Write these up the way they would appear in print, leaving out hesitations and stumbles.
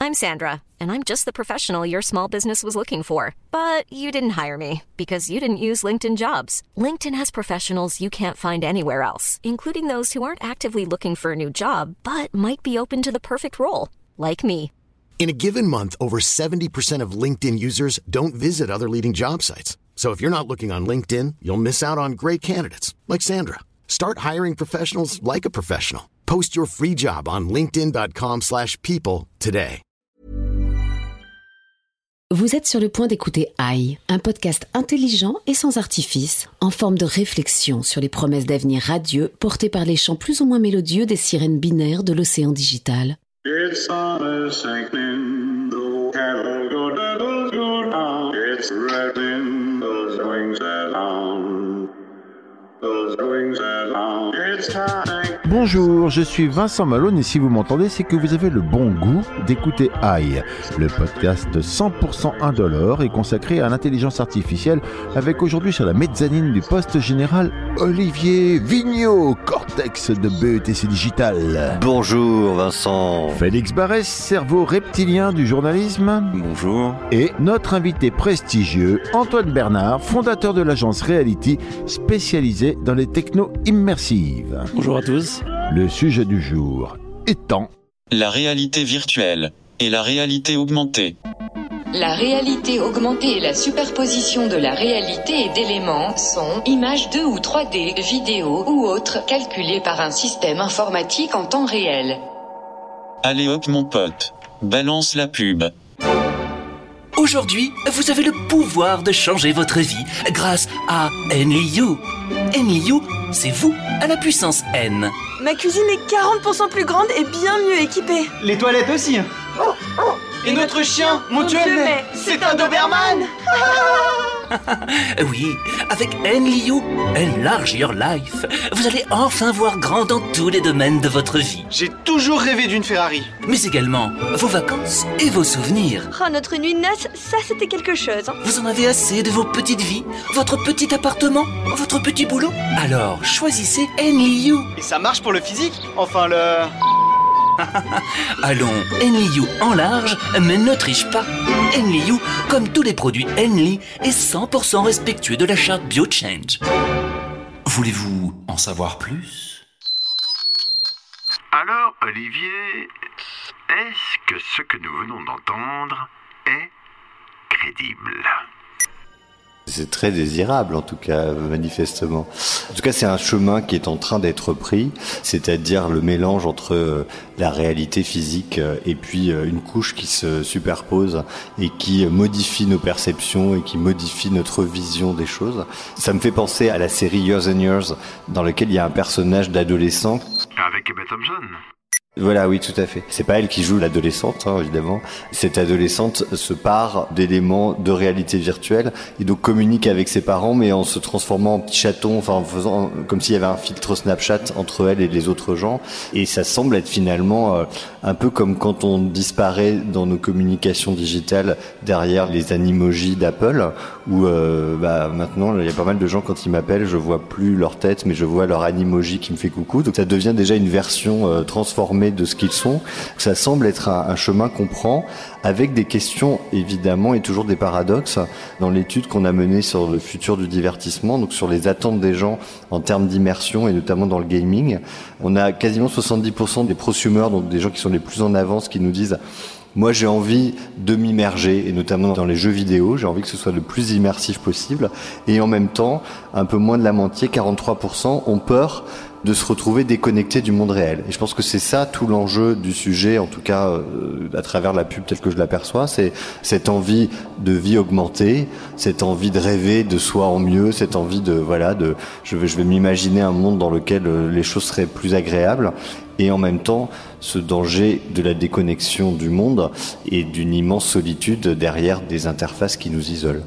I'm Sandra, and I'm just the professional your small business was looking for. But you didn't hire me because you didn't use LinkedIn Jobs. LinkedIn has professionals you can't find anywhere else, including those who aren't actively looking for a new job, but might be open to the perfect role, like me. In a given month, over 70% of LinkedIn users don't visit other leading job sites. So if you're not looking on LinkedIn, you'll miss out on great candidates like Sandra. Start hiring professionals like a professional. Post your free job on linkedin.com/people today. Vous êtes sur le point d'écouter AI, un podcast intelligent et sans artifice, en forme de réflexion sur les promesses d'avenir radieux portées par les chants plus ou moins mélodieux des sirènes binaires de l'océan digital. It's summer sinking, the cattle go down. It's rattling those wings around. Those wings around. It's time. Bonjour, je suis Vincent Malone et si vous m'entendez, c'est que vous avez le bon goût d'écouter AI, le podcast 100% indolore et consacré à l'intelligence artificielle, avec aujourd'hui sur la mezzanine du poste général Olivier Vigneault, Cortex de BETC Digital. Bonjour Vincent. Félix Barès, cerveau reptilien du journalisme. Bonjour. Et notre invité prestigieux, Antoine Bernard, fondateur de l'agence Reality, spécialisée dans les technos immersives. Bonjour à tous. Le sujet du jour étant la réalité virtuelle et la réalité augmentée. La réalité augmentée est la superposition de la réalité et d'éléments, son, images 2 ou 3D, vidéos ou autres, calculés par un système informatique en temps réel. Allez hop mon pote, balance la pub. Aujourd'hui, vous avez le pouvoir de changer votre vie grâce à Enliu. Enliu, c'est vous à la puissance N. Ma cuisine est 40% plus grande et bien mieux équipée. Les toilettes aussi. Et notre chien, mon Dieu, mais c'est un Doberman. Oui, avec Enliu, Enlarge Your Life, vous allez enfin voir grand dans tous les domaines de votre vie. J'ai toujours rêvé d'une Ferrari. Mais également vos vacances et vos souvenirs. Oh, notre nuit de noces, ça c'était quelque chose. Vous en avez assez de vos petites vies, votre petit appartement, votre petit boulot? Alors choisissez Enliu. Et ça marche pour le physique? Enfin le... Allons, Enliu en large, mais ne triche pas. Enliu, comme tous les produits Enli, est 100% respectueux de la charte BioChange. Voulez-vous en savoir plus? Alors, Olivier, est-ce que ce que nous venons d'entendre est crédible ? C'est très désirable en tout cas, manifestement. En tout cas, c'est un chemin qui est en train d'être pris, c'est-à-dire le mélange entre la réalité physique et puis une couche qui se superpose et qui modifie nos perceptions et qui modifie notre vision des choses. Ça me fait penser à la série Years and Years, dans laquelle il y a un personnage d'adolescent. Avec Emma Thompson. Voilà, oui, tout à fait. C'est pas elle qui joue l'adolescente, évidemment. Cette adolescente se pare d'éléments de réalité virtuelle et donc communique avec ses parents, mais en se transformant en petit chaton, enfin en faisant comme s'il y avait un filtre Snapchat entre elle et les autres gens. Et ça semble être finalement un peu comme quand on disparaît dans nos communications digitales derrière les animojis d'Apple, où maintenant il y a pas mal de gens quand ils m'appellent, je vois plus leur tête, mais je vois leur animoji qui me fait coucou. Donc ça devient déjà une version transformée de ce qu'ils sont. Ça semble être un chemin qu'on prend avec des questions évidemment et toujours des paradoxes dans l'étude qu'on a menée sur le futur du divertissement, donc sur les attentes des gens en termes d'immersion et notamment dans le gaming. On a quasiment 70% des prosumers, donc des gens qui sont les plus en avance, qui nous disent: moi, j'ai envie de m'immerger, et notamment dans les jeux vidéo, j'ai envie que ce soit le plus immersif possible. Et en même temps, un peu moins de la moitié, 43%, ont peur de se retrouver déconnectés du monde réel. Et je pense que c'est ça tout l'enjeu du sujet, en tout cas à travers la pub telle que je l'aperçois, c'est cette envie de vie augmentée, cette envie de rêver de soi en mieux, cette envie je vais m'imaginer un monde dans lequel les choses seraient plus agréables. Et en même temps, ce danger de la déconnexion du monde et d'une immense solitude derrière des interfaces qui nous isolent.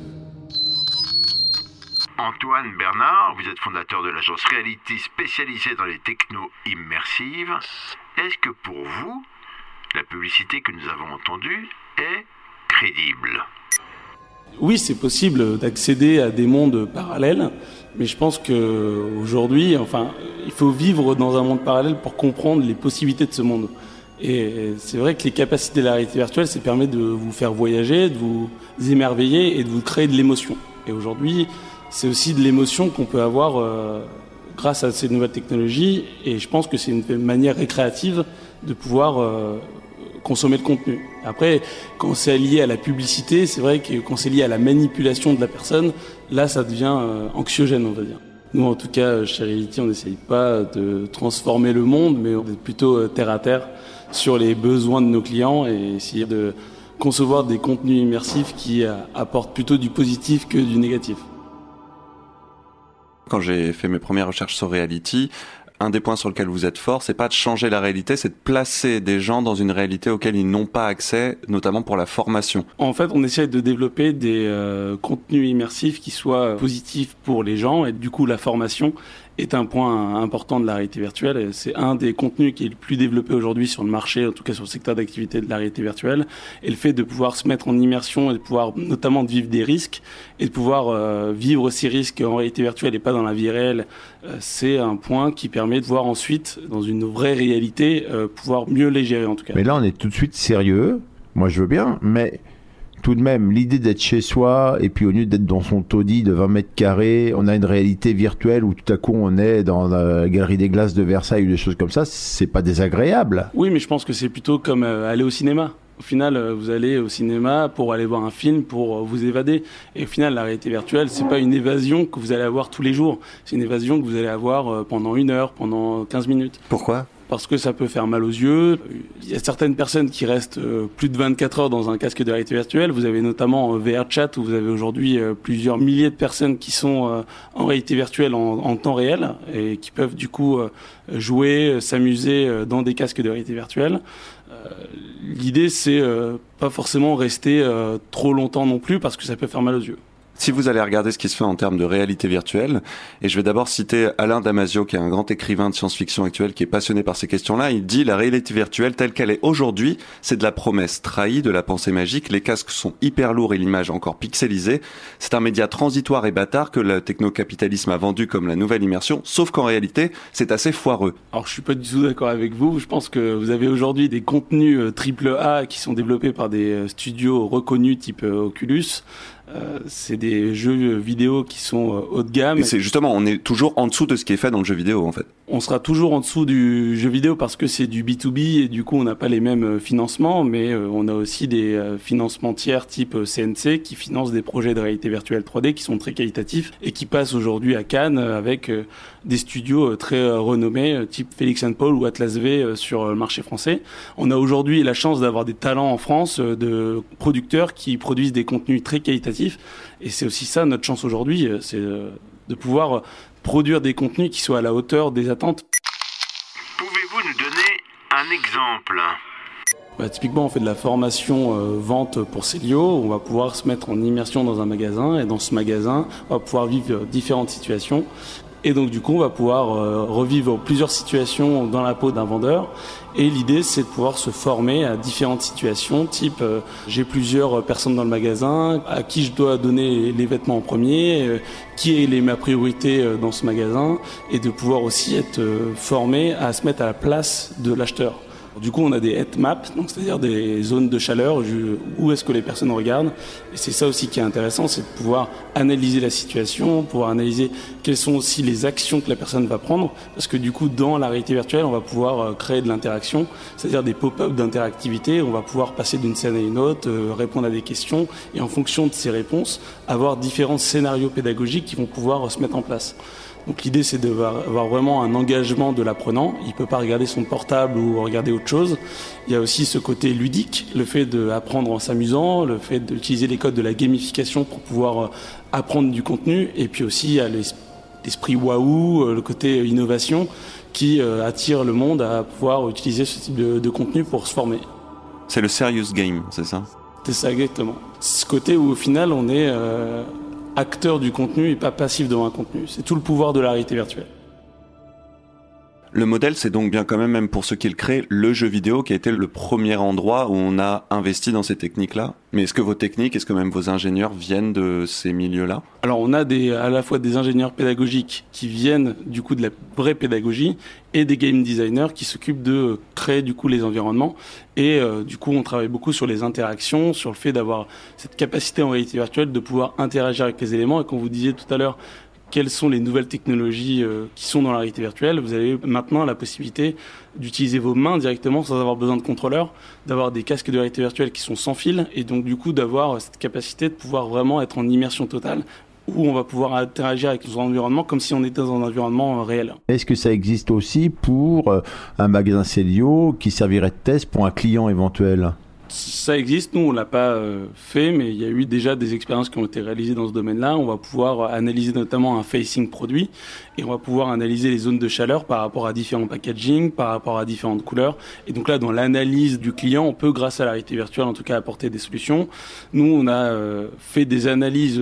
Antoine Bernard, vous êtes fondateur de l'agence Reality spécialisée dans les technos immersives. Est-ce que pour vous, la publicité que nous avons entendue est crédible ? Oui, c'est possible d'accéder à des mondes parallèles, mais je pense qu'aujourd'hui, il faut vivre dans un monde parallèle pour comprendre les possibilités de ce monde. Et c'est vrai que les capacités de la réalité virtuelle, ça permet de vous faire voyager, de vous émerveiller et de vous créer de l'émotion. Et aujourd'hui, c'est aussi de l'émotion qu'on peut avoir grâce à ces nouvelles technologies. Et je pense que c'est une manière récréative de pouvoir consommer le contenu. Après, quand c'est lié à la publicité, c'est vrai que quand c'est lié à la manipulation de la personne, là, ça devient anxiogène, on va dire. Nous, en tout cas, chez Reality, on n'essaye pas de transformer le monde, mais on est plutôt terre à terre sur les besoins de nos clients et essayer de concevoir des contenus immersifs qui apportent plutôt du positif que du négatif. Quand j'ai fait mes premières recherches sur Reality, un des points sur lequel vous êtes fort, c'est pas de changer la réalité, c'est de placer des gens dans une réalité auquel ils n'ont pas accès, notamment pour la formation. En fait, on essaie de développer des contenus immersifs qui soient positifs pour les gens et du coup, la formation est un point important de la réalité virtuelle. Et c'est un des contenus qui est le plus développé aujourd'hui sur le marché, en tout cas sur le secteur d'activité de la réalité virtuelle. Et le fait de pouvoir se mettre en immersion et de pouvoir notamment de vivre des risques et de pouvoir vivre ces risques en réalité virtuelle et pas dans la vie réelle, c'est un point qui permet de voir ensuite, dans une vraie réalité, pouvoir mieux les gérer en tout cas. Mais là, on est tout de suite sérieux. Moi, je veux bien, mais tout de même, l'idée d'être chez soi, et puis au lieu d'être dans son taudis de 20 mètres carrés, on a une réalité virtuelle où tout à coup on est dans la Galerie des Glaces de Versailles ou des choses comme ça, c'est pas désagréable. Oui, mais je pense que c'est plutôt comme aller au cinéma. Au final, vous allez au cinéma pour aller voir un film, pour vous évader. Et au final, la réalité virtuelle, c'est pas une évasion que vous allez avoir tous les jours. C'est une évasion que vous allez avoir pendant 1 heure, pendant 15 minutes. Pourquoi ? Parce que ça peut faire mal aux yeux. Il y a certaines personnes qui restent plus de 24 heures dans un casque de réalité virtuelle. Vous avez notamment VRChat où vous avez aujourd'hui plusieurs milliers de personnes qui sont en réalité virtuelle en temps réel et qui peuvent du coup jouer, s'amuser dans des casques de réalité virtuelle. L'idée, c'est pas forcément rester trop longtemps non plus parce que ça peut faire mal aux yeux. Si vous allez regarder ce qui se fait en termes de réalité virtuelle, et je vais d'abord citer Alain Damasio, qui est un grand écrivain de science-fiction actuel, qui est passionné par ces questions-là. Il dit « La réalité virtuelle telle qu'elle est aujourd'hui, c'est de la promesse trahie, de la pensée magique. Les casques sont hyper lourds et l'image encore pixelisée. C'est un média transitoire et bâtard que le technocapitalisme a vendu comme la nouvelle immersion, sauf qu'en réalité, c'est assez foireux. » Alors, je suis pas du tout d'accord avec vous. Je pense que vous avez aujourd'hui des contenus AAA qui sont développés par des studios reconnus type Oculus. C'est des jeux vidéo qui sont haut de gamme. Et c'est justement, on est toujours en dessous de ce qui est fait dans le jeu vidéo, en fait. On sera toujours en dessous du jeu vidéo parce que c'est du B2B et du coup, on n'a pas les mêmes financements, mais on a aussi des financements tiers type CNC qui financent des projets de réalité virtuelle 3D qui sont très qualitatifs et qui passent aujourd'hui à Cannes avec des studios très renommés type Félix & Paul ou Atlas V sur le marché français. On a aujourd'hui la chance d'avoir des talents en France de producteurs qui produisent des contenus très qualitatifs. Et c'est aussi ça notre chance aujourd'hui, c'est de pouvoir produire des contenus qui soient à la hauteur des attentes. Pouvez-vous nous donner un exemple ? Typiquement, on fait de la formation vente pour Célio. On va pouvoir se mettre en immersion dans un magasin et dans ce magasin, on va pouvoir vivre différentes situations. Et donc du coup, on va pouvoir revivre plusieurs situations dans la peau d'un vendeur. Et l'idée, c'est de pouvoir se former à différentes situations, type j'ai plusieurs personnes dans le magasin, à qui je dois donner les vêtements en premier, qui est ma priorité dans ce magasin, et de pouvoir aussi être formé à se mettre à la place de l'acheteur. Du coup, on a des heat maps, donc c'est-à-dire des zones de chaleur où est-ce que les personnes regardent. Et c'est ça aussi qui est intéressant, c'est de pouvoir analyser la situation, pouvoir analyser quelles sont aussi les actions que la personne va prendre. Parce que du coup, dans la réalité virtuelle, on va pouvoir créer de l'interaction, c'est-à-dire des pop-up d'interactivité. On va pouvoir passer d'une scène à une autre, répondre à des questions et en fonction de ces réponses, avoir différents scénarios pédagogiques qui vont pouvoir se mettre en place. Donc l'idée, c'est d'avoir vraiment un engagement de l'apprenant. Il ne peut pas regarder son portable ou regarder autre chose. Il y a aussi ce côté ludique, le fait d'apprendre en s'amusant, le fait d'utiliser les codes de la gamification pour pouvoir apprendre du contenu. Et puis aussi, il y a l'esprit waouh, le côté innovation qui attire le monde à pouvoir utiliser ce type de contenu pour se former. C'est le serious game, c'est ça ? C'est ça, exactement. Ce côté où au final, on est acteur du contenu et pas passif devant un contenu. C'est tout le pouvoir de la réalité virtuelle. Le modèle, c'est donc bien quand même pour ceux qui le créent, le jeu vidéo qui a été le premier endroit où on a investi dans ces techniques-là. Mais est-ce que vos techniques, est-ce que même vos ingénieurs viennent de ces milieux-là ? Alors on a à la fois des ingénieurs pédagogiques qui viennent du coup de la vraie pédagogie et des game designers qui s'occupent de créer du coup les environnements. Et du coup on travaille beaucoup sur les interactions, sur le fait d'avoir cette capacité en réalité virtuelle de pouvoir interagir avec les éléments. Et comme vous disiez tout à l'heure, quelles sont les nouvelles technologies qui sont dans la réalité virtuelle. Vous avez maintenant la possibilité d'utiliser vos mains directement sans avoir besoin de contrôleur, d'avoir des casques de réalité virtuelle qui sont sans fil et donc du coup d'avoir cette capacité de pouvoir vraiment être en immersion totale où on va pouvoir interagir avec notre environnement comme si on était dans un environnement réel. Est-ce que ça existe aussi pour un magasin Célio qui servirait de test pour un client éventuel ? Ça existe, nous on l'a pas fait, mais il y a eu déjà des expériences qui ont été réalisées dans ce domaine-là. On va pouvoir analyser notamment un facing produit et on va pouvoir analyser les zones de chaleur par rapport à différents packaging, par rapport à différentes couleurs. Et donc là, dans l'analyse du client, on peut, grâce à la réalité virtuelle, en tout cas apporter des solutions. Nous, on a fait des analyses.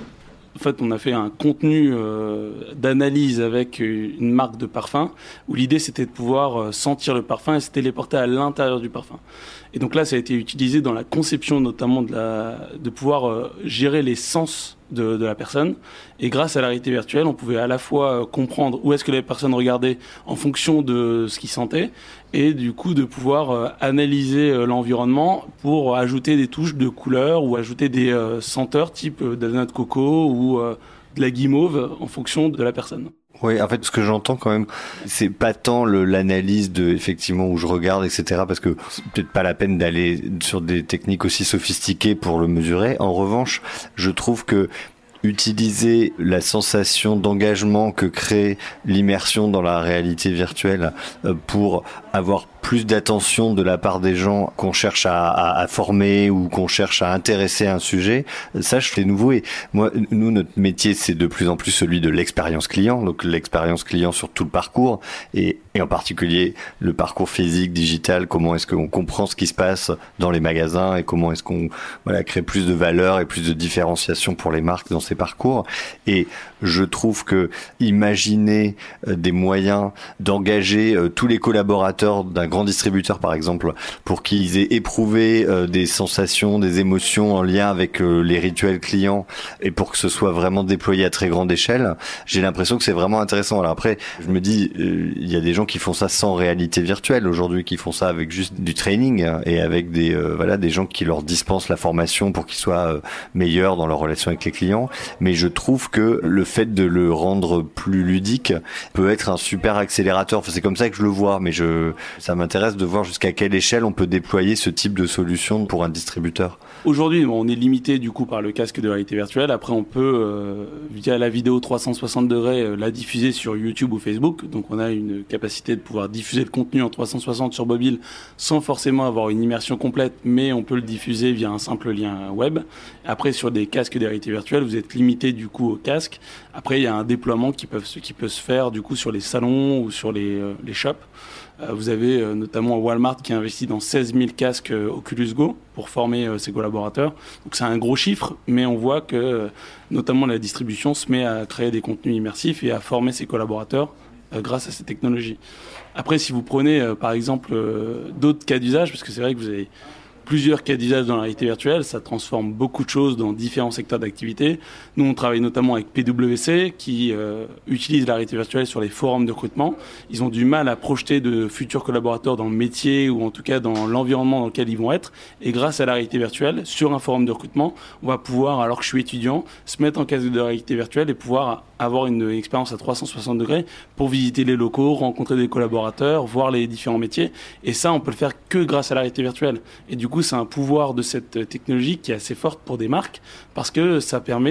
En fait, on a fait un contenu d'analyse avec une marque de parfum où l'idée, c'était de pouvoir sentir le parfum et se téléporter à l'intérieur du parfum. Et donc là, ça a été utilisé dans la conception notamment de pouvoir gérer les sens de la personne. Et grâce à la réalité virtuelle, on pouvait à la fois comprendre où est-ce que les personnes regardaient en fonction de ce qu'ils sentaient et du coup de pouvoir analyser l'environnement pour ajouter des touches de couleurs ou ajouter des senteurs type de la noix de coco ou de la guimauve en fonction de la personne. Oui, en fait, ce que j'entends quand même, c'est pas tant l'analyse de, effectivement, où je regarde, etc., parce que c'est peut-être pas la peine d'aller sur des techniques aussi sophistiquées pour le mesurer. En revanche, je trouve que utiliser la sensation d'engagement que crée l'immersion dans la réalité virtuelle pour avoir plus d'attention de la part des gens qu'on cherche à former ou qu'on cherche à intéresser à un sujet, ça c'est nouveau. Et moi, nous, notre métier, c'est de plus en plus celui de l'expérience client, donc l'expérience client sur tout le parcours et en particulier le parcours physique, digital, comment est-ce qu'on comprend ce qui se passe dans les magasins et comment est-ce qu'on crée plus de valeur et plus de différenciation pour les marques dans ces parcours. Et je trouve que imaginer des moyens d'engager tous les collaborateurs d'un grand distributeur, par exemple, pour qu'ils aient éprouvé des sensations, des émotions en lien avec les rituels clients et pour que ce soit vraiment déployé à très grande échelle, j'ai l'impression que c'est vraiment intéressant. Alors après, je me dis, il y a des gens qui font ça sans réalité virtuelle aujourd'hui, qui font ça avec juste du training et avec des gens qui leur dispensent la formation pour qu'ils soient meilleurs dans leur relation avec les clients. Mais je trouve que le fait de le rendre plus ludique peut être un super accélérateur. Enfin, c'est comme ça que je le vois, mais ça m'intéresse de voir jusqu'à quelle échelle on peut déployer ce type de solution pour un distributeur. Aujourd'hui, on est limité du coup par le casque de réalité virtuelle. Après, on peut, via la vidéo 360 degrés, la diffuser sur YouTube ou Facebook. Donc, on a une capacité de pouvoir diffuser le contenu en 360 sur mobile sans forcément avoir une immersion complète, mais on peut le diffuser via un simple lien web. Après, sur des casques de réalité virtuelle, vous êtes limité du coup au casque. Après, il y a un déploiement qui peut se faire du coup sur les salons ou sur les shops. Vous avez notamment Walmart qui investit dans 16 000 casques Oculus Go pour former ses collaborateurs. Donc c'est un gros chiffre, mais on voit que notamment la distribution se met à créer des contenus immersifs et à former ses collaborateurs grâce à ces technologies. Après, si vous prenez par exemple d'autres cas d'usage, parce que c'est vrai que vous avez plusieurs cas d'usage dans la réalité virtuelle, ça transforme beaucoup de choses dans différents secteurs d'activité. Nous, on travaille notamment avec PwC qui utilise la réalité virtuelle sur les forums de recrutement. Ils ont du mal à projeter de futurs collaborateurs dans le métier ou en tout cas dans l'environnement dans lequel ils vont être. Et grâce à la réalité virtuelle, sur un forum de recrutement, on va pouvoir, alors que je suis étudiant, se mettre en casque de réalité virtuelle et pouvoir avoir une expérience à 360 degrés pour visiter les locaux, rencontrer des collaborateurs, voir les différents métiers. Et ça, on peut le faire que grâce à la réalité virtuelle. Et du coup, c'est un pouvoir de cette technologie qui est assez forte pour des marques parce que ça permet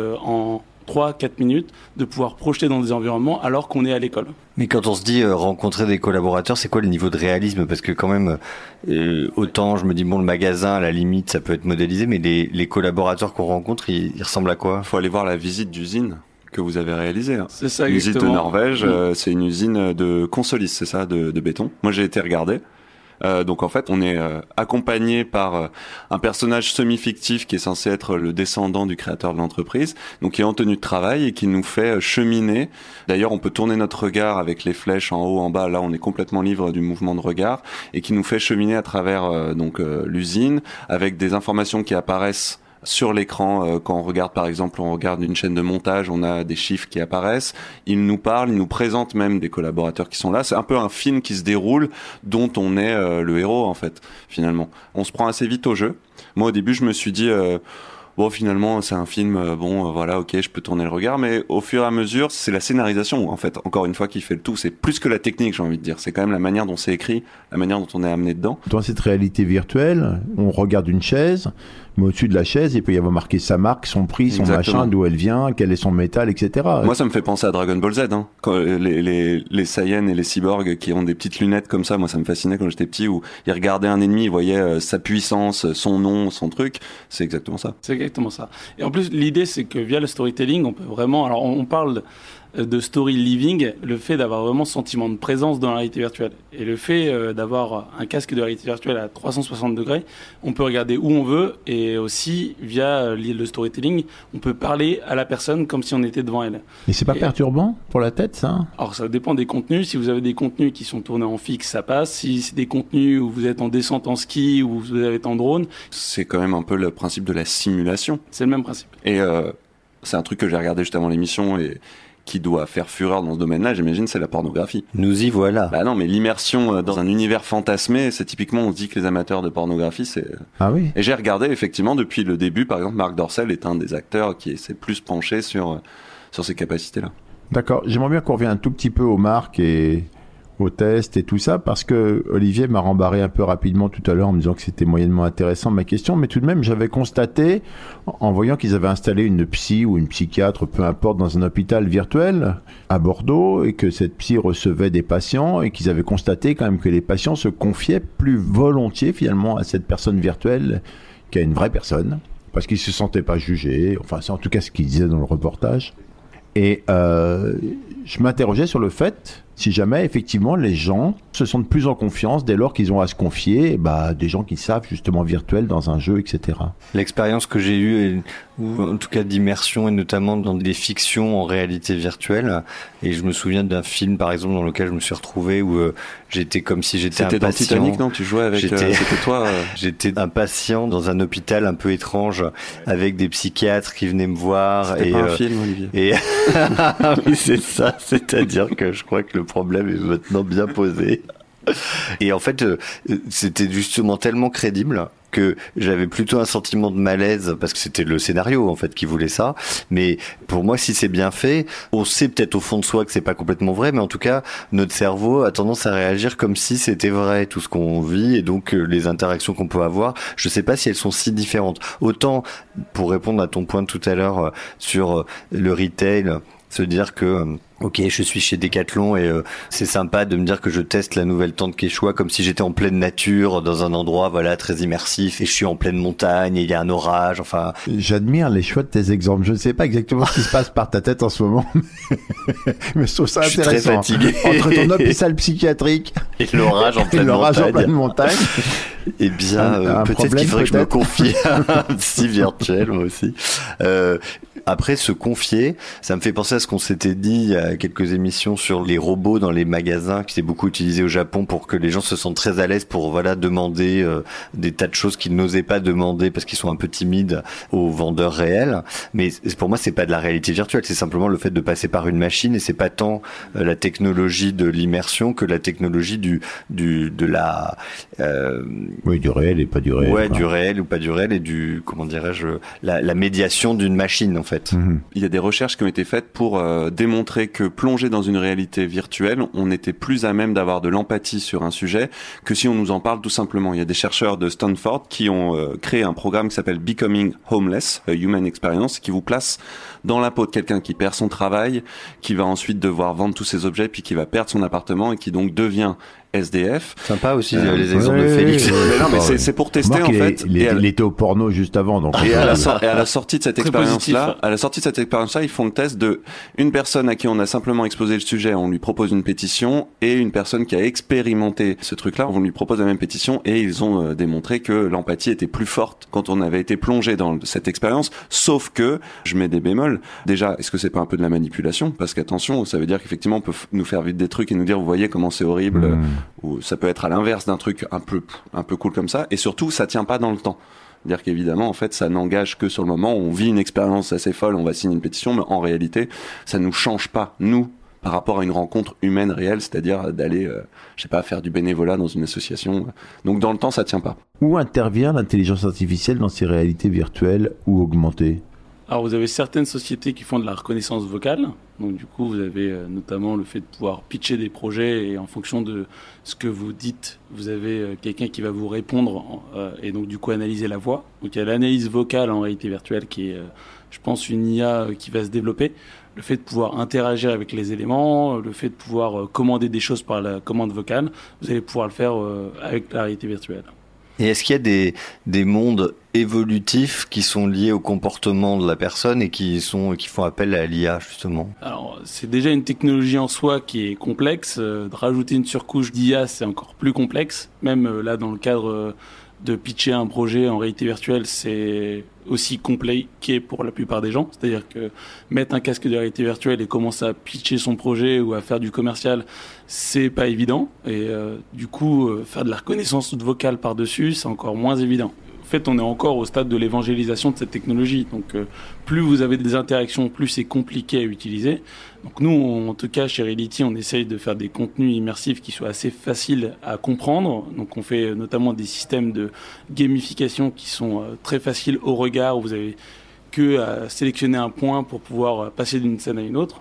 en 3-4 minutes de pouvoir projeter dans des environnements alors qu'on est à l'école. Mais quand on se dit rencontrer des collaborateurs, c'est quoi le niveau de réalisme ? Parce que quand même, autant je me dis, le magasin, à la limite, ça peut être modélisé, mais les collaborateurs qu'on rencontre, ils ressemblent à quoi ? Il faut aller voir la visite d'usine que vous avez réalisée. C'est ça, exactement. L'usine de Norvège, Oui. C'est une usine de Consolis, c'est ça, de béton. Moi, j'ai été regarder. Donc en fait, on est accompagné par un personnage semi-fictif qui est censé être le descendant du créateur de l'entreprise, donc qui est en tenue de travail et qui nous fait cheminer. D'ailleurs, on peut tourner notre regard avec les flèches en haut, en bas. Là, on est complètement libre du mouvement de regard et qui nous fait cheminer à travers l'usine avec des informations qui apparaissent sur l'écran. Quand on regarde, par exemple, on regarde une chaîne de montage, on a des chiffres qui apparaissent. Il nous parle, il nous présente même des collaborateurs qui sont là. C'est un peu un film qui se déroule, dont on est le héros, en fait, finalement. On se prend assez vite au jeu. Moi, au début, je me suis dit... bon, finalement, c'est un film, voilà, ok, je peux tourner le regard, mais au fur et à mesure, c'est la scénarisation, en fait, encore une fois, qui fait le tout. C'est plus que la technique, j'ai envie de dire. C'est quand même la manière dont c'est écrit, la manière dont on est amené dedans. Dans cette réalité virtuelle, on regarde une chaise, mais au-dessus de la chaise, il peut y avoir marqué sa marque, son prix, son machin, d'où elle vient, quel est son métal, etc. Moi, ça me fait penser à Dragon Ball Z, hein. Quand les Saiyans et les cyborgs qui ont des petites lunettes comme ça, moi, ça me fascinait quand j'étais petit, où ils regardaient un ennemi, ils voyaient sa puissance, son nom, son truc. C'est exactement ça. C'est exactement ça. Et en plus, l'idée, c'est que via le storytelling, on peut vraiment... Alors, on parle de story living, le fait d'avoir vraiment ce sentiment de présence dans la réalité virtuelle. Et le fait d'avoir un casque de réalité virtuelle à 360 degrés, on peut regarder où on veut, et aussi, via le storytelling, on peut parler à la personne comme si on était devant elle. Et c'est pas perturbant pour la tête, ça ? Alors, ça dépend des contenus. Si vous avez des contenus qui sont tournés en fixe, ça passe. Si c'est des contenus où vous êtes en descente en ski, ou vous êtes en drone... C'est quand même un peu le principe de la simulation. C'est le même principe. Et c'est un truc que j'ai regardé juste avant l'émission, et qui doit faire fureur dans ce domaine-là, j'imagine, c'est la pornographie. Nous y voilà. Bah non, mais l'immersion dans un univers fantasmé, c'est typiquement, on se dit que les amateurs de pornographie, c'est... Ah oui. Et j'ai regardé, effectivement, depuis le début, par exemple, Marc Dorcel est un des acteurs qui s'est plus penché sur ces capacités-là. D'accord. J'aimerais bien qu'on revienne un tout petit peu aux marques et aux tests et tout ça, parce que Olivier m'a rembarré un peu rapidement tout à l'heure en me disant que c'était moyennement intéressant ma question, mais tout de même j'avais constaté, en voyant qu'ils avaient installé une psy ou une psychiatre, peu importe, dans un hôpital virtuel à Bordeaux, et que cette psy recevait des patients, et qu'ils avaient constaté quand même que les patients se confiaient plus volontiers finalement à cette personne virtuelle qu'à une vraie personne, parce qu'ils se sentaient pas jugés, enfin c'est en tout cas ce qu'ils disaient dans le reportage. Et je m'interrogeais sur le fait, si jamais effectivement les gens se sentent plus en confiance dès lors qu'ils ont à se confier, des gens qui savent justement virtuels dans un jeu, etc. L'expérience que j'ai eue, ou en tout cas d'immersion, et notamment dans des fictions en réalité virtuelle, et je me souviens d'un film par exemple dans lequel je me suis retrouvé où j'étais comme si j'étais un patient. C'était dans Titanic, non ? Tu jouais avec... C'était toi J'étais un patient dans un hôpital un peu étrange avec des psychiatres qui venaient me voir. C'était pas un film, Olivier. Et oui, c'est ça. C'est-à-dire que je crois que le problème est maintenant bien posé. Et en fait, c'était justement tellement crédible que j'avais plutôt un sentiment de malaise, parce que c'était le scénario en fait qui voulait ça. Mais pour moi, si c'est bien fait, on sait peut-être au fond de soi que c'est pas complètement vrai, mais en tout cas notre cerveau a tendance à réagir comme si c'était vrai tout ce qu'on vit, et donc les interactions qu'on peut avoir, je sais pas si elles sont si différentes. Autant, pour répondre à ton point de tout à l'heure sur le retail, se dire que ok, je suis chez Decathlon et c'est sympa de me dire que je teste la nouvelle tente Quechua comme si j'étais en pleine nature, dans un endroit très immersif, et je suis en pleine montagne et il y a un orage, enfin... J'admire les choix de tes exemples. Je ne sais pas exactement ce qui se passe par ta tête en ce moment, mais je trouve ça intéressant. Je suis très fatigué. Entre ton hôpital psychiatrique et l'orage en pleine montagne. Eh bien, peut-être qu'il faudrait que je me confie à un psy virtuel, moi aussi. Après, se confier, ça me fait penser à ce qu'on s'était dit il y a quelques émissions sur les robots dans les magasins, qui s'est beaucoup utilisé au Japon pour que les gens se sentent très à l'aise pour demander des tas de choses qu'ils n'osaient pas demander parce qu'ils sont un peu timides aux vendeurs réels. Mais pour moi, c'est pas de la réalité virtuelle, c'est simplement le fait de passer par une machine, et c'est pas tant la technologie de l'immersion que la technologie de la oui, du réel et pas du réel. Ouais, du réel ou pas du réel, et du, comment dirais-je, la médiation d'une machine en fait. Il y a des recherches qui ont été faites pour démontrer que plongé dans une réalité virtuelle, on était plus à même d'avoir de l'empathie sur un sujet que si on nous en parle tout simplement. Il y a des chercheurs de Stanford qui ont créé un programme qui s'appelle Becoming Homeless, a Human Experience, qui vous place dans la peau de quelqu'un qui perd son travail, qui va ensuite devoir vendre tous ses objets, puis qui va perdre son appartement, et qui donc devient SDF. Sympa aussi les exemples de Félix. Mais non, mais c'est pour tester en fait. Il était au porno juste avant, donc. Et à la sortie de cette expérience-là, ils font le test de une personne à qui on a simplement exposé le sujet, on lui propose une pétition, et une personne qui a expérimenté ce truc-là, on lui propose la même pétition, et ils ont démontré que l'empathie était plus forte quand on avait été plongé dans cette expérience. Sauf que, je mets des bémols. Déjà, est-ce que c'est pas un peu de la manipulation? Parce qu'attention, ça veut dire qu'effectivement, on peut nous faire vite des trucs et nous dire, vous voyez comment c'est horrible. Ou ça peut être à l'inverse d'un truc un peu cool comme ça. Et surtout, ça tient pas dans le temps. C'est-à-dire qu'évidemment, en fait, ça n'engage que sur le moment. On vit une expérience assez folle, on va signer une pétition, mais en réalité, ça nous change pas, nous, par rapport à une rencontre humaine réelle, c'est-à-dire d'aller, faire du bénévolat dans une association. Donc dans le temps, ça tient pas. Où intervient l'intelligence artificielle dans ces réalités virtuelles ou augmentées? Alors vous avez certaines sociétés qui font de la reconnaissance vocale. Donc du coup, vous avez notamment le fait de pouvoir pitcher des projets et en fonction de ce que vous dites, vous avez quelqu'un qui va vous répondre et donc du coup analyser la voix. Donc il y a l'analyse vocale en réalité virtuelle qui est, je pense, une IA qui va se développer. Le fait de pouvoir interagir avec les éléments, le fait de pouvoir commander des choses par la commande vocale, vous allez pouvoir le faire avec la réalité virtuelle. Et est-ce qu'il y a des mondes évolutifs qui sont liés au comportement de la personne et qui font appel à l'IA justement? Alors c'est déjà une technologie en soi qui est complexe. De rajouter une surcouche d'IA, c'est encore plus complexe. Même là dans le cadre de pitcher un projet en réalité virtuelle, c'est aussi compliqué pour la plupart des gens. C'est-à-dire que mettre un casque de réalité virtuelle et commencer à pitcher son projet ou à faire du commercial, c'est pas évident. Et du coup, faire de la reconnaissance vocale par-dessus, c'est encore moins évident. En fait, on est encore au stade de l'évangélisation de cette technologie. Donc, plus vous avez des interactions, plus c'est compliqué à utiliser. Donc, nous, en tout cas, chez Reality, on essaye de faire des contenus immersifs qui soient assez faciles à comprendre. Donc, on fait notamment des systèmes de gamification qui sont très faciles au regard, où vous avez que à sélectionner un point pour pouvoir passer d'une scène à une autre.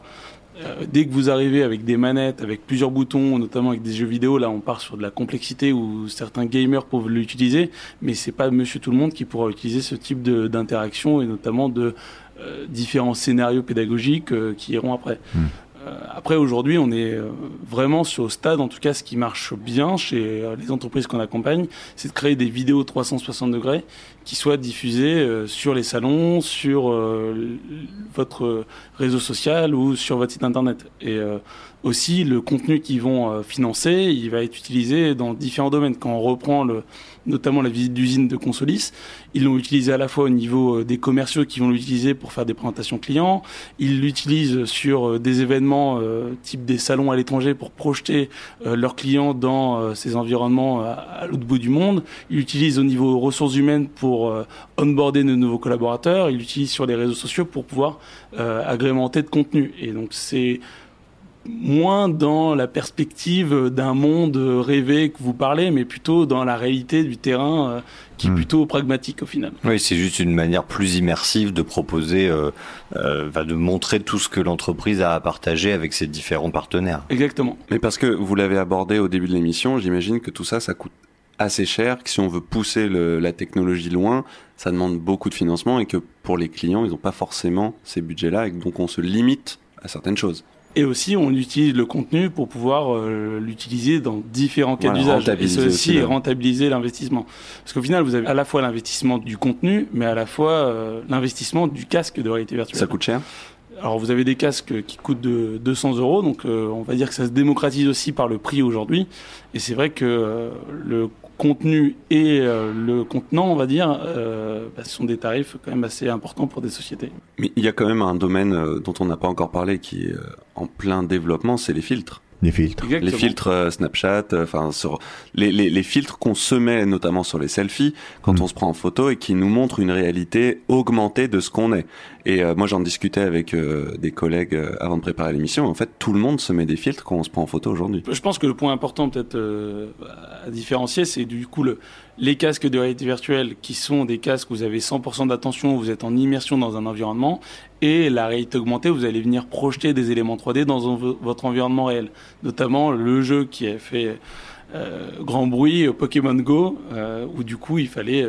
Dès que vous arrivez avec des manettes, avec plusieurs boutons, notamment avec des jeux vidéo, là on part sur de la complexité où certains gamers peuvent l'utiliser, mais c'est pas monsieur tout le monde qui pourra utiliser ce type d'interaction et notamment de différents scénarios pédagogiques qui iront après. Après, aujourd'hui, on est vraiment sur le stade, en tout cas, ce qui marche bien chez les entreprises qu'on accompagne, c'est de créer des vidéos 360 degrés qui soient diffusées sur les salons, sur votre réseau social ou sur votre site internet. Et aussi, le contenu qu'ils vont financer, il va être utilisé dans différents domaines. Quand on reprend notamment la visite d'usine de Consolis, ils l'ont utilisé à la fois au niveau des commerciaux qui vont l'utiliser pour faire des présentations clients, ils l'utilisent sur des événements type des salons à l'étranger pour projeter leurs clients dans ces environnements à l'autre bout du monde, ils l'utilisent au niveau ressources humaines pour onboarder de nouveaux collaborateurs, ils l'utilisent sur les réseaux sociaux pour pouvoir agrémenter de contenu. Et donc c'est moins dans la perspective d'un monde rêvé que vous parlez, mais plutôt dans la réalité du terrain qui est plutôt pragmatique au final. Oui, c'est juste une manière plus immersive de proposer, de montrer tout ce que l'entreprise a à partager avec ses différents partenaires. Exactement. Mais parce que vous l'avez abordé au début de l'émission, j'imagine que tout ça, ça coûte assez cher, que si on veut pousser la technologie loin, ça demande beaucoup de financement et que pour les clients, ils n'ont pas forcément ces budgets-là et donc on se limite à certaines choses. Et aussi, on utilise le contenu pour pouvoir l'utiliser dans différents cas d'usage. Et c'est aussi rentabiliser l'investissement. Parce qu'au final, vous avez à la fois l'investissement du contenu, mais à la fois l'investissement du casque de réalité virtuelle. Ça coûte cher ? Alors, vous avez des casques qui coûtent de 200 €, donc on va dire que ça se démocratise aussi par le prix aujourd'hui. Et c'est vrai que le contenu et le contenant, on va dire, ce sont des tarifs quand même assez importants pour des sociétés. Mais il y a quand même un domaine dont on n'a pas encore parlé qui est en plein développement, c'est les filtres. Les filtres. Exactement. Les filtres Snapchat, sur les filtres qu'on se met notamment sur les selfies quand on se prend en photo et qui nous montrent une réalité augmentée de ce qu'on est. Et moi j'en discutais avec des collègues avant de préparer l'émission. En fait, tout le monde se met des filtres quand on se prend en photo aujourd'hui. Je pense que le point important peut-être à différencier, c'est du coup les casques de réalité virtuelle qui sont des casques où vous avez 100% d'attention, vous êtes en immersion dans un environnement, et la réalité augmentée, vous allez venir projeter des éléments 3D dans votre environnement réel. Notamment le jeu qui a fait grand bruit, Pokémon Go, où du coup il fallait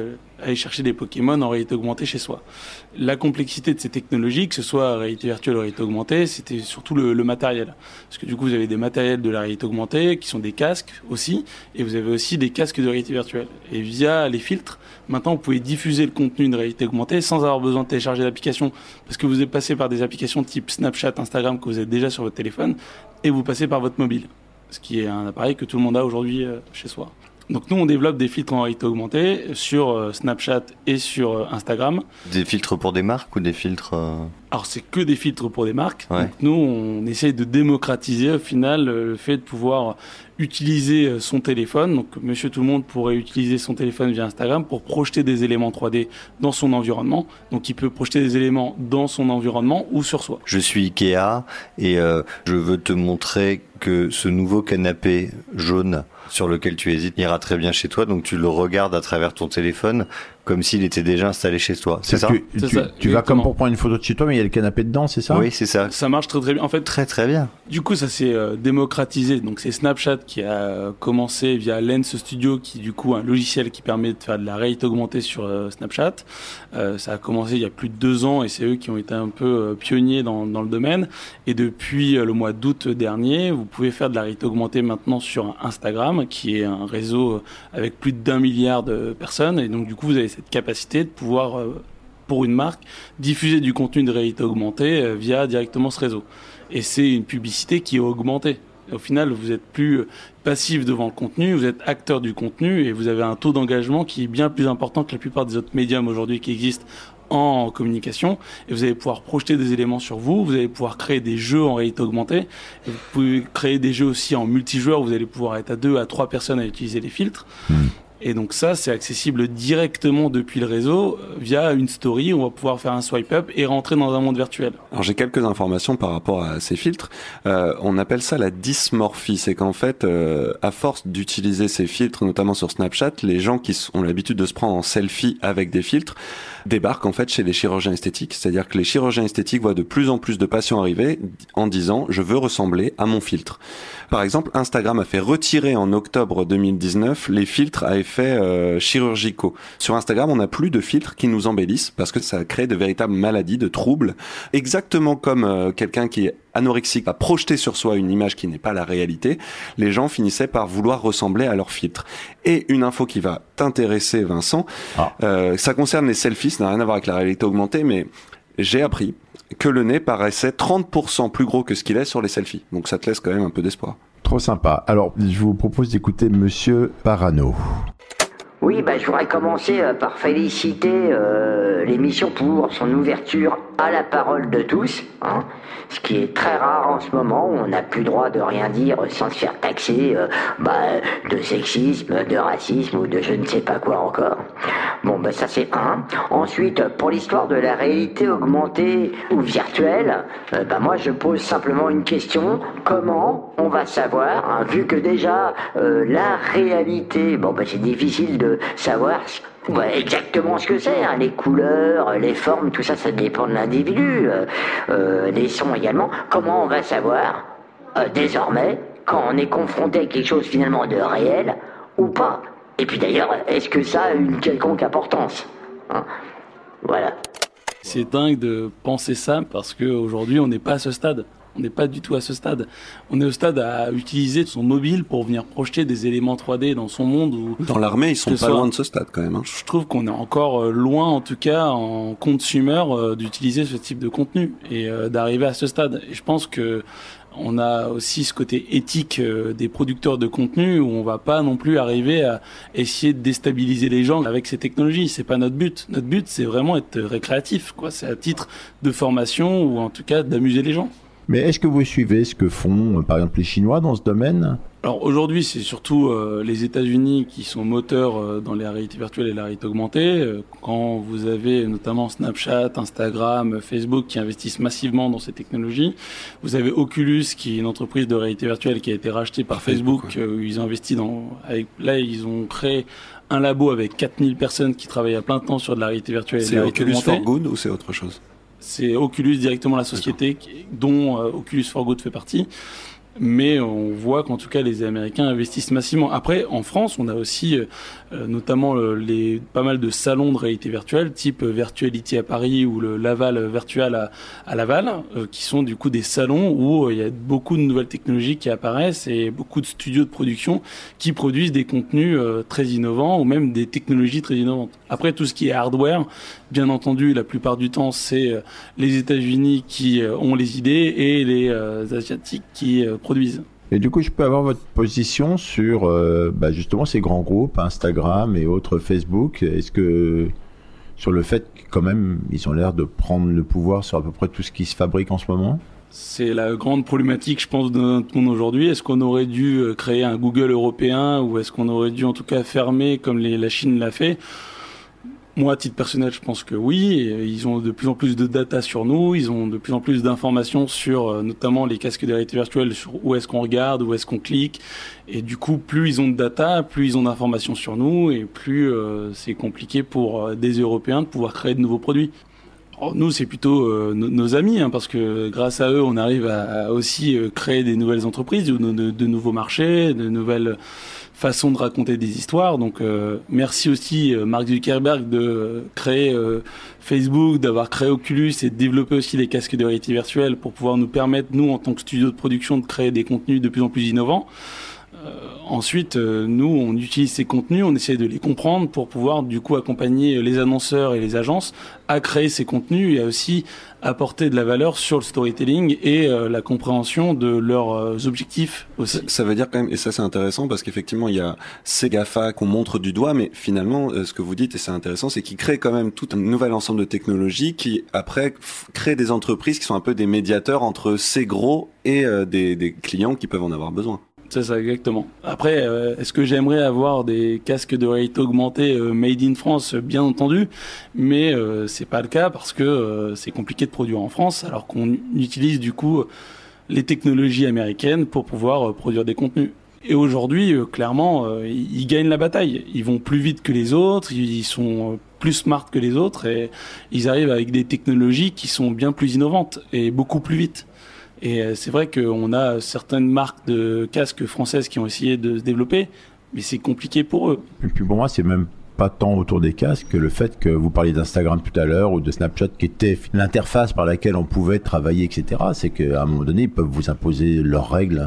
aller chercher des Pokémon en réalité augmentée chez soi. La complexité de ces technologies, que ce soit réalité virtuelle ou réalité augmentée, c'était surtout le matériel. Parce que du coup, vous avez des matériels de la réalité augmentée qui sont des casques aussi, et vous avez aussi des casques de réalité virtuelle. Et via les filtres, maintenant, vous pouvez diffuser le contenu de réalité augmentée sans avoir besoin de télécharger l'application, parce que vous êtes passé par des applications type Snapchat, Instagram que vous avez déjà sur votre téléphone, et vous passez par votre mobile, ce qui est un appareil que tout le monde a aujourd'hui chez soi. Donc nous, on développe des filtres en réalité augmentée sur Snapchat et sur Instagram. Des filtres pour des marques ou des filtres... Alors c'est que des filtres pour des marques. Ouais. Donc nous, on essaye de démocratiser au final le fait de pouvoir utiliser son téléphone. Donc monsieur tout le monde pourrait utiliser son téléphone via Instagram pour projeter des éléments 3D dans son environnement. Donc il peut projeter des éléments dans son environnement ou sur soi. Je suis Ikea et je veux te montrer que ce nouveau canapé jaune sur lequel tu hésites ira très bien chez toi, donc tu le regardes à travers ton téléphone comme s'il était déjà installé chez toi, c'est ça? Tu vas comme pour prendre une photo de chez toi, mais il y a le canapé dedans, c'est ça? Oui, c'est ça. Ça marche très très bien. En fait, très bien. Du coup, ça s'est démocratisé. Donc c'est Snapchat qui a commencé via Lens Studio, qui du coup un logiciel qui permet de faire de la réalité augmentée sur Snapchat. Ça a commencé il y a plus de 2 ans et c'est eux qui ont été un peu pionniers dans le domaine. Et depuis le mois d'août dernier, vous pouvez faire de la réalité augmentée maintenant sur Instagram, qui est un réseau avec plus d'1 milliard de personnes. Et donc du coup, vous avez cette capacité de pouvoir, pour une marque, diffuser du contenu de réalité augmentée via directement ce réseau. Et c'est une publicité qui est augmentée. Et au final, vous êtes plus passif devant le contenu, vous êtes acteur du contenu et vous avez un taux d'engagement qui est bien plus important que la plupart des autres médiums aujourd'hui qui existent en communication. Et vous allez pouvoir projeter des éléments sur vous, vous allez pouvoir créer des jeux en réalité augmentée. Et vous pouvez créer des jeux aussi en multijoueur où vous allez pouvoir être à 2 à 3 personnes à utiliser les filtres. Et donc ça, c'est accessible directement depuis le réseau via une story où on va pouvoir faire un swipe up et rentrer dans un monde virtuel. Alors j'ai quelques informations par rapport à ces filtres. On appelle ça la dysmorphie. C'est qu'en fait, à force d'utiliser ces filtres, notamment sur Snapchat, les gens qui ont l'habitude de se prendre en selfie avec des filtres débarquent en fait chez les chirurgiens esthétiques. C'est-à-dire que les chirurgiens esthétiques voient de plus en plus de patients arriver en disant « je veux ressembler à mon filtre ». Par exemple, Instagram a fait retirer en octobre 2019 les filtres à effets chirurgicaux. Sur Instagram, on n'a plus de filtres qui nous embellissent parce que ça crée de véritables maladies, de troubles. Exactement comme quelqu'un qui est anorexique va projeter sur soi une image qui n'est pas la réalité, les gens finissaient par vouloir ressembler à leur filtre. Et une info qui va t'intéresser, Vincent, ça concerne les selfies, ça n'a rien à voir avec la réalité augmentée, mais j'ai appris que le nez paraissait 30% plus gros que ce qu'il est sur les selfies. Donc ça te laisse quand même un peu d'espoir. Trop sympa. Alors, je vous propose d'écouter Monsieur Parano. Oui, je voudrais commencer par féliciter l'émission pour son ouverture à la parole de tous, hein, ce qui est très rare en ce moment, où on n'a plus le droit de rien dire sans se faire taxer de sexisme, de racisme ou de je ne sais pas quoi encore. Bon, ça c'est un. Ensuite, pour l'histoire de la réalité augmentée ou virtuelle, moi je pose simplement une question. Comment on va savoir, hein, vu que déjà la réalité, c'est difficile de savoir exactement ce que c'est, hein, les couleurs, les formes, tout ça, ça dépend de l'individu, les sons également. Comment on va savoir, désormais, quand on est confronté à quelque chose finalement de réel ou pas? Et puis d'ailleurs, est-ce que ça a une quelconque importance, hein? Voilà. C'est dingue de penser ça parce qu'aujourd'hui, on n'est pas à ce stade. On n'est pas du tout à ce stade. On est au stade à utiliser son mobile pour venir projeter des éléments 3D dans son monde. Dans l'armée, ils sont pas loin de ce stade quand même. Hein. Je trouve qu'on est encore loin, en tout cas, en consumer, d'utiliser ce type de contenu et d'arriver à ce stade. Et je pense que on a aussi ce côté éthique des producteurs de contenu où on va pas non plus arriver à essayer de déstabiliser les gens avec ces technologies. C'est pas notre but. Notre but, c'est vraiment être récréatif, quoi. C'est à titre de formation ou en tout cas d'amuser les gens. Mais est-ce que vous suivez ce que font, par exemple, les Chinois dans ce domaine ? Alors aujourd'hui, c'est surtout les États-Unis qui sont moteurs dans la réalité virtuelle et la réalité augmentée. Quand vous avez notamment Snapchat, Instagram, Facebook qui investissent massivement dans ces technologies, vous avez Oculus qui est une entreprise de réalité virtuelle qui a été rachetée par Facebook, où ils ont investi là, ils ont créé un labo avec 4000 personnes qui travaillent à plein temps sur de la réalité virtuelle et de la réalité augmentée. C'est Oculus for Good ou c'est autre chose ? C'est Oculus directement la société dont Oculus for Good fait partie. mais on voit qu'en tout cas les Américains investissent massivement. Après, en France, on a aussi notamment pas mal de salons de réalité virtuelle, type Virtuality à Paris ou le Laval Virtual à Laval, qui sont du coup des salons où il y a beaucoup de nouvelles technologies qui apparaissent et beaucoup de studios de production qui produisent des contenus très innovants ou même des technologies très innovantes. Après, tout ce qui est hardware, bien entendu, la plupart du temps, c'est les États-Unis qui ont les idées et les Asiatiques qui produisent. Et du coup, je peux avoir votre position sur justement ces grands groupes, Instagram et autres, Facebook. Est-ce que sur le fait que quand même, ils ont l'air de prendre le pouvoir sur à peu près tout ce qui se fabrique en ce moment? C'est la grande problématique, je pense, de notre monde aujourd'hui. Est-ce qu'on aurait dû créer un Google européen ou est-ce qu'on aurait dû en tout cas fermer comme la Chine l'a fait? Moi, à titre personnel, je pense que oui. Ils ont de plus en plus de data sur nous. Ils ont de plus en plus d'informations sur notamment les casques de réalité virtuelle, sur où est-ce qu'on regarde, où est-ce qu'on clique. Et du coup, plus ils ont de data, plus ils ont d'informations sur nous et plus c'est compliqué pour des Européens de pouvoir créer de nouveaux produits. Alors, nous, c'est plutôt nos amis, parce que grâce à eux, on arrive à aussi créer des nouvelles entreprises, de nouveaux marchés, de nouvelles façon de raconter des histoires. Donc merci aussi Mark Zuckerberg de créer Facebook, d'avoir créé Oculus et de développer aussi les casques de réalité virtuelle pour pouvoir nous permettre, nous en tant que studio de production, de créer des contenus de plus en plus innovants. Ensuite, nous, on utilise ces contenus, on essaie de les comprendre pour pouvoir du coup accompagner les annonceurs et les agences à créer ces contenus et à aussi apporter de la valeur sur le storytelling et la compréhension de leurs objectifs aussi. Ça veut dire quand même, et ça c'est intéressant parce qu'effectivement il y a ces GAFA qu'on montre du doigt, mais finalement ce que vous dites, et c'est intéressant, c'est qu'ils créent quand même tout un nouvel ensemble de technologies qui après créent des entreprises qui sont un peu des médiateurs entre ces gros et des clients qui peuvent en avoir besoin. C'est ça, exactement. Après, est-ce que j'aimerais avoir des casques de réalité augmentée made in France? Bien entendu, mais c'est pas le cas parce que c'est compliqué de produire en France, alors qu'on utilise du coup les technologies américaines pour pouvoir produire des contenus. Et aujourd'hui, clairement, ils gagnent la bataille. Ils vont plus vite que les autres, ils sont plus smart que les autres et ils arrivent avec des technologies qui sont bien plus innovantes et beaucoup plus vite. Et c'est vrai qu'on a certaines marques de casques françaises qui ont essayé de se développer, mais c'est compliqué pour eux. Et puis pour moi, c'est même pas tant autour des casques que le fait que vous parliez d'Instagram tout à l'heure ou de Snapchat qui était l'interface par laquelle on pouvait travailler, etc. C'est qu'à un moment donné, ils peuvent vous imposer leurs règles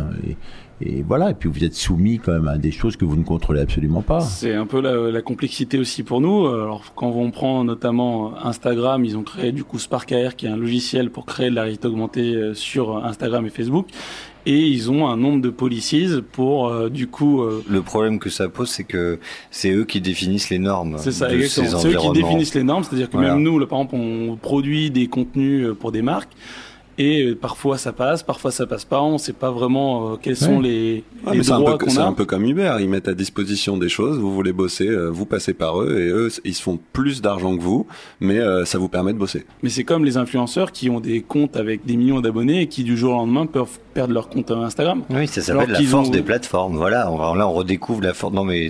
et voilà. Et puis vous êtes soumis quand même à des choses que vous ne contrôlez absolument pas. C'est un peu la complexité aussi pour nous. Alors quand on prend notamment Instagram, ils ont créé du coup Spark AR qui est un logiciel pour créer de la réalité augmentée sur Instagram et Facebook. Et ils ont un nombre de policies pour du coup... Le problème que ça pose, c'est que c'est eux qui définissent les normes. C'est ça, exactement. C'est eux qui définissent les normes. C'est-à-dire que même nous, là, par exemple, on produit des contenus pour des marques. Et parfois ça passe pas, on sait pas vraiment quels sont les droits qu'on a. C'est un peu comme Uber, ils mettent à disposition des choses, vous voulez bosser, vous passez par eux et eux ils se font plus d'argent que vous, mais ça vous permet de bosser. Mais c'est comme les influenceurs qui ont des comptes avec des millions d'abonnés et qui du jour au lendemain peuvent perdre leur compte Instagram. Oui, ça s'appelle la force des plateformes. Voilà, là on redécouvre la force. Non mais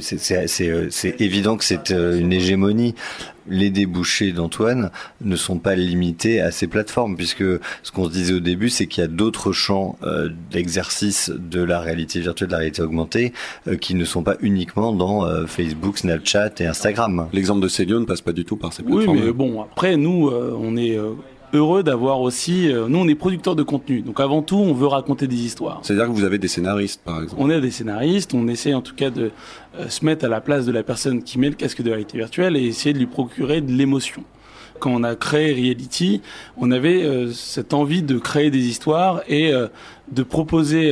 c'est évident que c'est une hégémonie. Les débouchés d'Antoine ne sont pas limités à ces plateformes, puisque ce qu'on se disait au début, c'est qu'il y a d'autres champs d'exercice de la réalité virtuelle, de la réalité augmentée, qui ne sont pas uniquement dans Facebook, Snapchat et Instagram. L'exemple de Célio ne passe pas du tout par ces plateformes. Oui, mais bon, après, nous, on est... heureux d'avoir aussi... nous, on est producteurs de contenu. Donc, avant tout, on veut raconter des histoires. C'est-à-dire que vous avez des scénaristes, par exemple. On est des scénaristes. On essaie, en tout cas, de se mettre à la place de la personne qui met le casque de réalité virtuelle et essayer de lui procurer de l'émotion. Quand on a créé Reality, on avait cette envie de créer des histoires et de proposer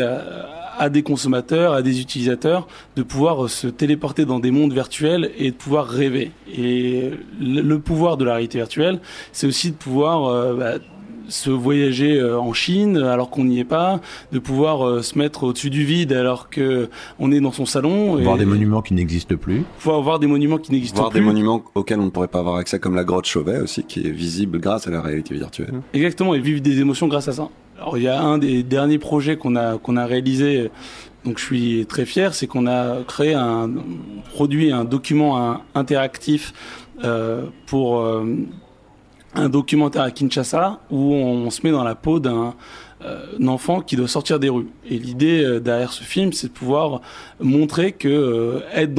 à des consommateurs, à des utilisateurs, de pouvoir se téléporter dans des mondes virtuels et de pouvoir rêver. Et le pouvoir de la réalité virtuelle, c'est aussi de pouvoir se voyager en Chine alors qu'on n'y est pas, de pouvoir se mettre au-dessus du vide alors que on est dans son salon. Voir des monuments qui n'existent plus. Pouvoir voir des monuments qui n'existent plus. Voir des monuments auxquels on ne pourrait pas avoir accès, comme la grotte Chauvet aussi, qui est visible grâce à la réalité virtuelle. Exactement, et vivre des émotions grâce à ça. Alors il y a un des derniers projets qu'on a réalisé, donc je suis très fier, c'est qu'on a produit un document interactif pour un documentaire à Kinshasa où on se met dans la peau d'un enfant qui doit sortir des rues. Et l'idée derrière ce film, c'est de pouvoir montrer que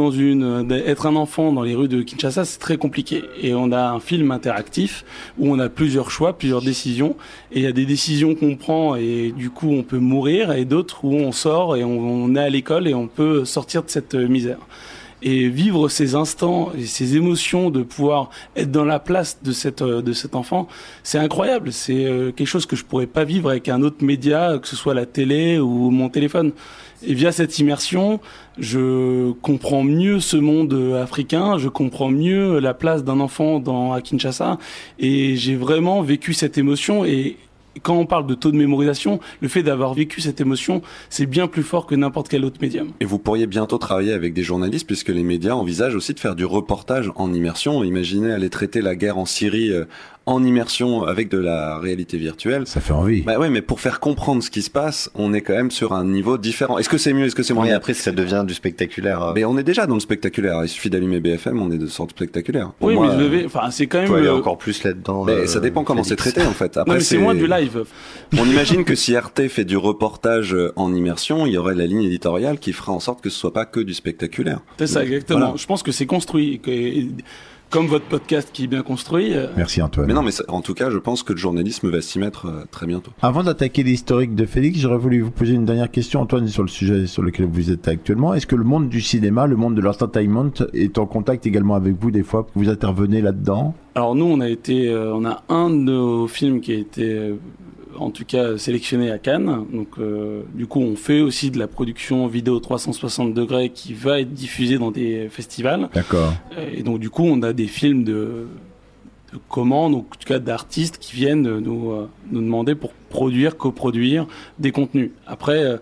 être un enfant dans les rues de Kinshasa, c'est très compliqué. Et on a un film interactif où on a plusieurs choix, plusieurs décisions. Et il y a des décisions qu'on prend et du coup on peut mourir, et d'autres où on sort et on est à l'école et on peut sortir de cette misère. Et vivre ces instants et ces émotions de pouvoir être dans la place de cet enfant, c'est incroyable. C'est quelque chose que je pourrais pas vivre avec un autre média, que ce soit la télé ou mon téléphone. Et via cette immersion, je comprends mieux ce monde africain, je comprends mieux la place d'un enfant à Kinshasa, et j'ai vraiment vécu cette émotion. Et quand on parle de taux de mémorisation, le fait d'avoir vécu cette émotion, c'est bien plus fort que n'importe quel autre médium. Et vous pourriez bientôt travailler avec des journalistes, puisque les médias envisagent aussi de faire du reportage en immersion. Imaginez aller traiter la guerre en Syrie en immersion avec de la réalité virtuelle. Ça fait envie. Bah ouais, mais pour faire comprendre ce qui se passe, on est quand même sur un niveau différent. Est-ce que c'est mieux, est-ce que c'est moins bien? Oui, après ça devient du spectaculaire. Mais on est déjà dans le spectaculaire. Il suffit d'allumer BFM, on est de sorte spectaculaire. Pour moi, mais c'est quand même. Faut aller encore plus là-dedans. Mais ça dépend comment c'est traité en fait. Après, non, mais c'est moins du live. On imagine que si RT fait du reportage en immersion, il y aurait la ligne éditoriale qui fera en sorte que ce soit pas que du spectaculaire. C'est ça, exactement. Voilà. Je pense que c'est construit. Comme votre podcast qui est bien construit. Merci Antoine. Mais non, mais en tout cas, je pense que le journalisme va s'y mettre très bientôt. Avant d'attaquer l'historique de Félix, j'aurais voulu vous poser une dernière question, Antoine, sur le sujet sur lequel vous êtes actuellement. Est-ce que le monde du cinéma, le monde de l'entertainment est en contact également avec vous des fois? Vous intervenez là-dedans? Alors nous, on a un de nos films qui a été en tout cas sélectionné à Cannes. Donc du coup, on fait aussi de la production vidéo 360 degrés qui va être diffusée dans des festivals. D'accord. Et donc du coup, on a des films de commandes, ou en tout cas d'artistes qui viennent nous demander pour coproduire des contenus. Après,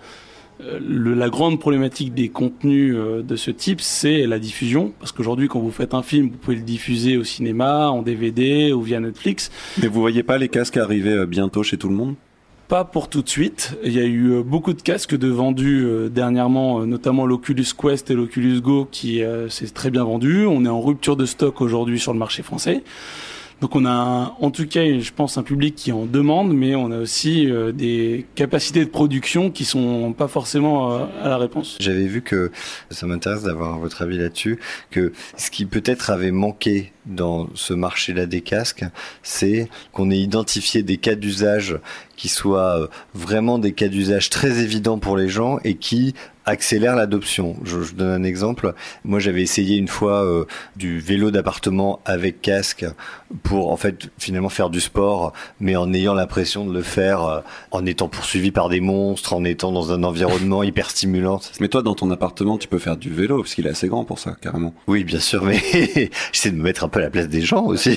la grande problématique des contenus de ce type, c'est la diffusion. Parce qu'aujourd'hui, quand vous faites un film, vous pouvez le diffuser au cinéma, en DVD ou via Netflix. Mais vous voyez pas les casques arriver bientôt chez tout le monde ? Pas pour tout de suite. Il y a eu beaucoup de casques de vendus dernièrement, notamment l'Oculus Quest et l'Oculus Go qui s'est très bien vendu. On est en rupture de stock aujourd'hui sur le marché français. Donc on a en tout cas, je pense, un public qui en demande, mais on a aussi des capacités de production qui sont pas forcément à la réponse. J'avais vu que, ça m'intéresse d'avoir votre avis là-dessus, que ce qui peut-être avait manqué dans ce marché-là des casques, c'est qu'on ait identifié des cas d'usage qui soient vraiment des cas d'usage très évidents pour les gens et qui accélère l'adoption. Je donne un exemple. Moi, j'avais essayé une fois du vélo d'appartement avec casque pour en fait finalement faire du sport, mais en ayant l'impression de le faire en étant poursuivi par des monstres, en étant dans un environnement hyper stimulant. Mais toi, dans ton appartement, tu peux faire du vélo parce qu'il est assez grand pour ça, carrément. Oui, bien sûr, mais j'essaie de me mettre un peu à la place des gens aussi.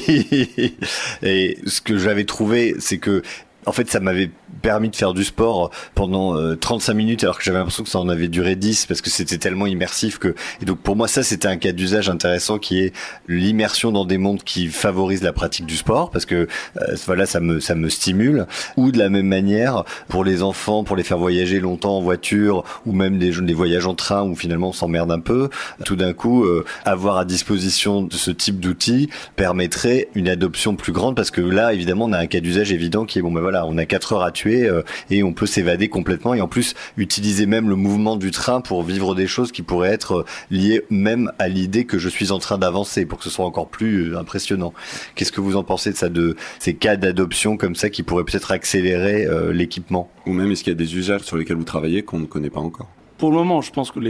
Et ce que j'avais trouvé, c'est que en fait, ça m'avait permis de faire du sport pendant 35 minutes alors que j'avais l'impression que ça en avait duré 10 parce que c'était tellement immersif que... Et donc pour moi, ça, c'était un cas d'usage intéressant qui est l'immersion dans des mondes qui favorisent la pratique du sport parce que voilà, ça me stimule. Ou de la même manière, pour les enfants, pour les faire voyager longtemps en voiture ou même des voyages en train où finalement on s'emmerde un peu, tout d'un coup, avoir à disposition de ce type d'outils permettrait une adoption plus grande parce que là, évidemment, on a un cas d'usage évident qui est bon, ben voilà, on a 4 heures à tuer et on peut s'évader complètement et en plus utiliser même le mouvement du train pour vivre des choses qui pourraient être liées même à l'idée que je suis en train d'avancer pour que ce soit encore plus impressionnant. Qu'est-ce que vous en pensez de ça, de ces cas d'adoption comme ça qui pourraient peut-être accélérer l'équipement? Ou même est-ce qu'il y a des usages sur lesquels vous travaillez qu'on ne connaît pas encore? Pour le moment, je pense que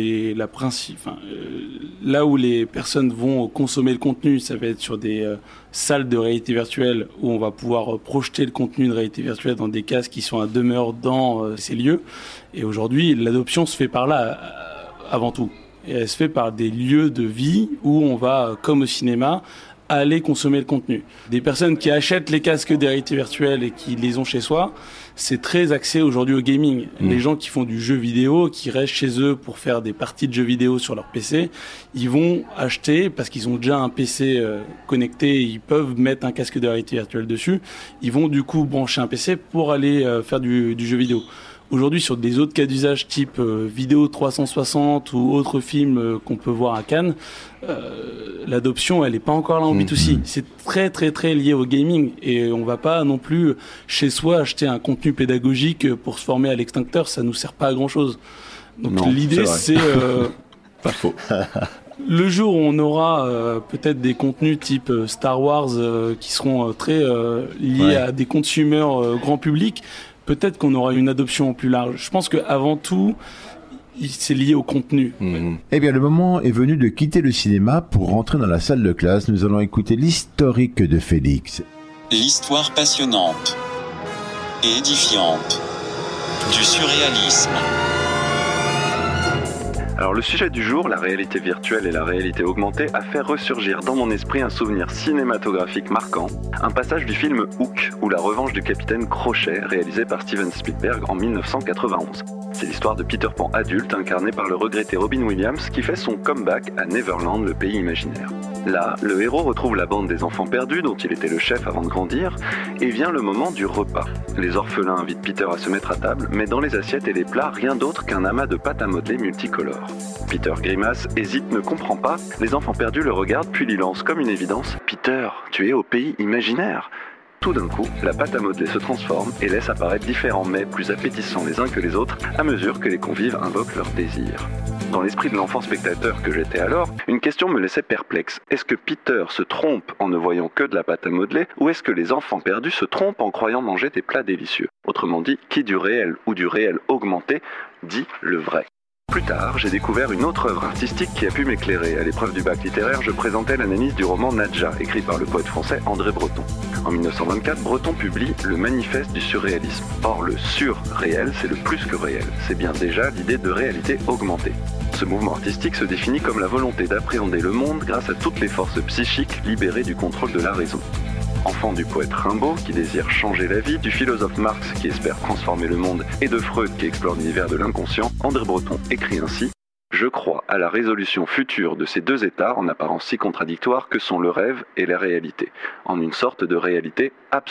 là où les personnes vont consommer le contenu, ça va être sur des salles de réalité virtuelle où on va pouvoir projeter le contenu de réalité virtuelle dans des casques qui sont à demeure dans ces lieux. Et aujourd'hui, l'adoption se fait par là avant tout. Et elle se fait par des lieux de vie où on va, comme au cinéma, aller consommer le contenu. Des personnes qui achètent les casques de réalité virtuelle et qui les ont chez soi, c'est très axé aujourd'hui au gaming. Les gens qui font du jeu vidéo, qui restent chez eux pour faire des parties de jeux vidéo sur leur PC, ils vont acheter, parce qu'ils ont déjà un PC connecté, ils peuvent mettre un casque de réalité virtuelle dessus, ils vont du coup brancher un PC pour aller faire du jeu vidéo. Aujourd'hui, sur des autres cas d'usage type vidéo 360 ou autres films qu'on peut voir à Cannes, l'adoption, elle est pas encore là en B2C. C'est très très très lié au gaming et on va pas non plus chez soi acheter un contenu pédagogique pour se former à l'extincteur, ça nous sert pas à grand chose. Donc non, l'idée c'est pas faux. Le jour où on aura peut-être des contenus type Star Wars qui seront très liés à des consommateurs grand public, peut-être qu'on aura une adoption plus large. Je pense qu'avant tout, c'est lié au contenu. Eh bien, le moment est venu de quitter le cinéma pour rentrer dans la salle de classe. Nous allons écouter l'historique de Félix. L'histoire passionnante et édifiante du surréalisme. Alors le sujet du jour, la réalité virtuelle et la réalité augmentée, a fait ressurgir dans mon esprit un souvenir cinématographique marquant, un passage du film Hook ou La revanche du capitaine Crochet, réalisé par Steven Spielberg en 1991. C'est l'histoire de Peter Pan adulte, incarné par le regretté Robin Williams, qui fait son comeback à Neverland, le pays imaginaire. Là, le héros retrouve la bande des enfants perdus, dont il était le chef avant de grandir, et vient le moment du repas. Les orphelins invitent Peter à se mettre à table, mais dans les assiettes et les plats, rien d'autre qu'un amas de pâte à modeler multicolores. Peter grimace, hésite, ne comprend pas. Les enfants perdus le regardent, puis lui lancent comme une évidence « Peter, tu es au pays imaginaire !» Tout d'un coup, la pâte à modeler se transforme et laisse apparaître différents mets plus appétissants les uns que les autres à mesure que les convives invoquent leur désir. Dans l'esprit de l'enfant spectateur que j'étais alors, une question me laissait perplexe. Est-ce que Peter se trompe en ne voyant que de la pâte à modeler, ou est-ce que les enfants perdus se trompent en croyant manger des plats délicieux ? Autrement dit, qui du réel ou du réel augmenté dit le vrai ? Plus tard, j'ai découvert une autre œuvre artistique qui a pu m'éclairer. À l'épreuve du bac littéraire, je présentais l'analyse du roman Nadja, écrit par le poète français André Breton. En 1924, Breton publie le Manifeste du surréalisme. Or, le surréel, c'est le plus que réel. C'est bien déjà l'idée de réalité augmentée. Ce mouvement artistique se définit comme la volonté d'appréhender le monde grâce à toutes les forces psychiques libérées du contrôle de la raison. Enfant du poète Rimbaud qui désire changer la vie, du philosophe Marx qui espère transformer le monde et de Freud qui explore l'univers de l'inconscient, André Breton écrit ainsi « Je crois à la résolution future de ces deux états en apparence si contradictoires que sont le rêve et la réalité, en une sorte de réalité absolue. »